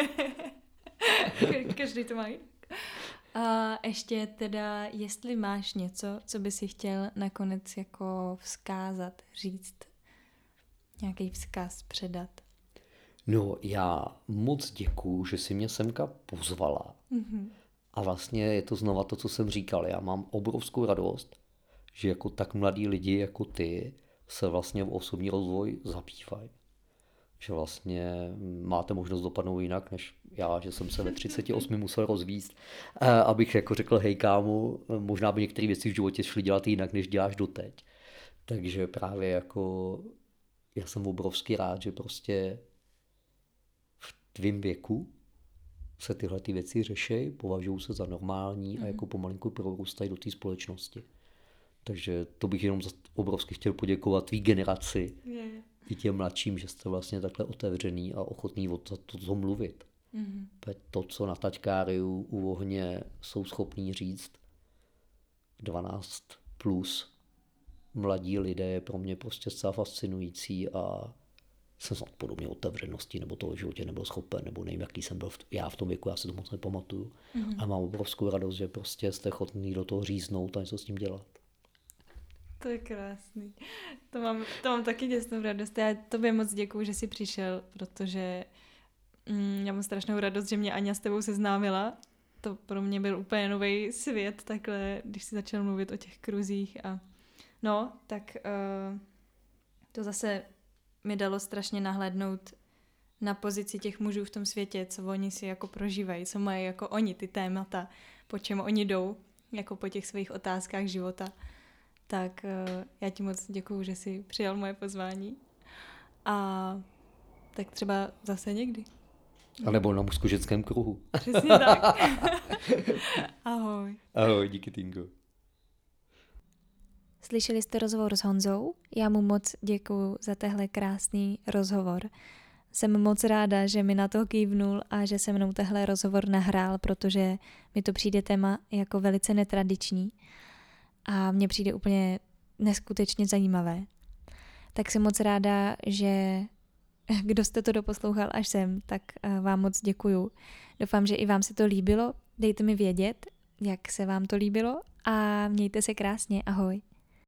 Každý to má jinak. A ještě teda, jestli máš něco, co by si chtěl nakonec jako vzkázat, říct, nějaký vzkaz předat. No, já moc děkuju, že jsi mě semka pozvala. Mm-hmm. A vlastně je to znova to, co jsem říkal. Já mám obrovskou radost, že jako tak mladí lidi jako ty se vlastně v osobní rozvoj zabývají. Že vlastně máte možnost dopadnout jinak, než já, že jsem se ve třiceti osmi musel rozvíst, abych jako řekl, hej kámu, možná by některé věci v životě šly dělat jinak, než děláš doteď. Takže právě jako já jsem obrovský rád, že prostě v tvým věku se tyhle ty věci řeší, považují se za normální mm. a jako pomalinku prorůstají do té společnosti. Takže to bych jenom obrovsky chtěl poděkovat tvý generaci yeah. i těm mladším, že jste vlastně takhle otevřený a ochotný o to, to, to mluvit. Mm. To, co na taťkáriu u ohně jsou schopní říct dvanáct plus mladí lidé, je pro mě prostě zcela fascinující a jsem snad podobně otevřenosti, nebo toho v životě nebyl schopen, nebo nevím, jaký jsem byl v, já v tom věku, já si to moc nepamatuju. Mm-hmm. A mám obrovskou radost, že prostě jste ochotný do toho říznout a něco s tím dělat. To je krásný. To mám, to mám taky děsnou radost. Já tobě moc děkuju, že jsi přišel, protože mm, já mám strašnou radost, že mě Aňa s tebou seznámila. To pro mě byl úplně nový svět, takhle, když jsi začal mluvit o těch kruzích. A no, tak uh, to zase mi dalo strašně nahlédnout na pozici těch mužů v tom světě, co oni si jako prožívají, co mají jako oni, ty témata, po čem oni jdou, jako po těch svých otázkách života. Tak uh, já ti moc děkuju, že jsi přijal moje pozvání. A tak třeba zase někdy. A nebo na mužsko-ženském kruhu. Přesně tak. Ahoj. Ahoj, díky Tingo. Slyšeli jste rozhovor s Honzou? Já mu moc děkuju za tehle krásný rozhovor. Jsem moc ráda, že mi na to kývnul a že se mnou tehle rozhovor nahrál, protože mi to přijde téma jako velice netradiční a mně přijde úplně neskutečně zajímavé. Tak jsem moc ráda, že kdo jste to doposlouchal až sem, tak vám moc děkuju. Doufám, že i vám se to líbilo. Dejte mi vědět, jak se vám to líbilo a mějte se krásně. Ahoj.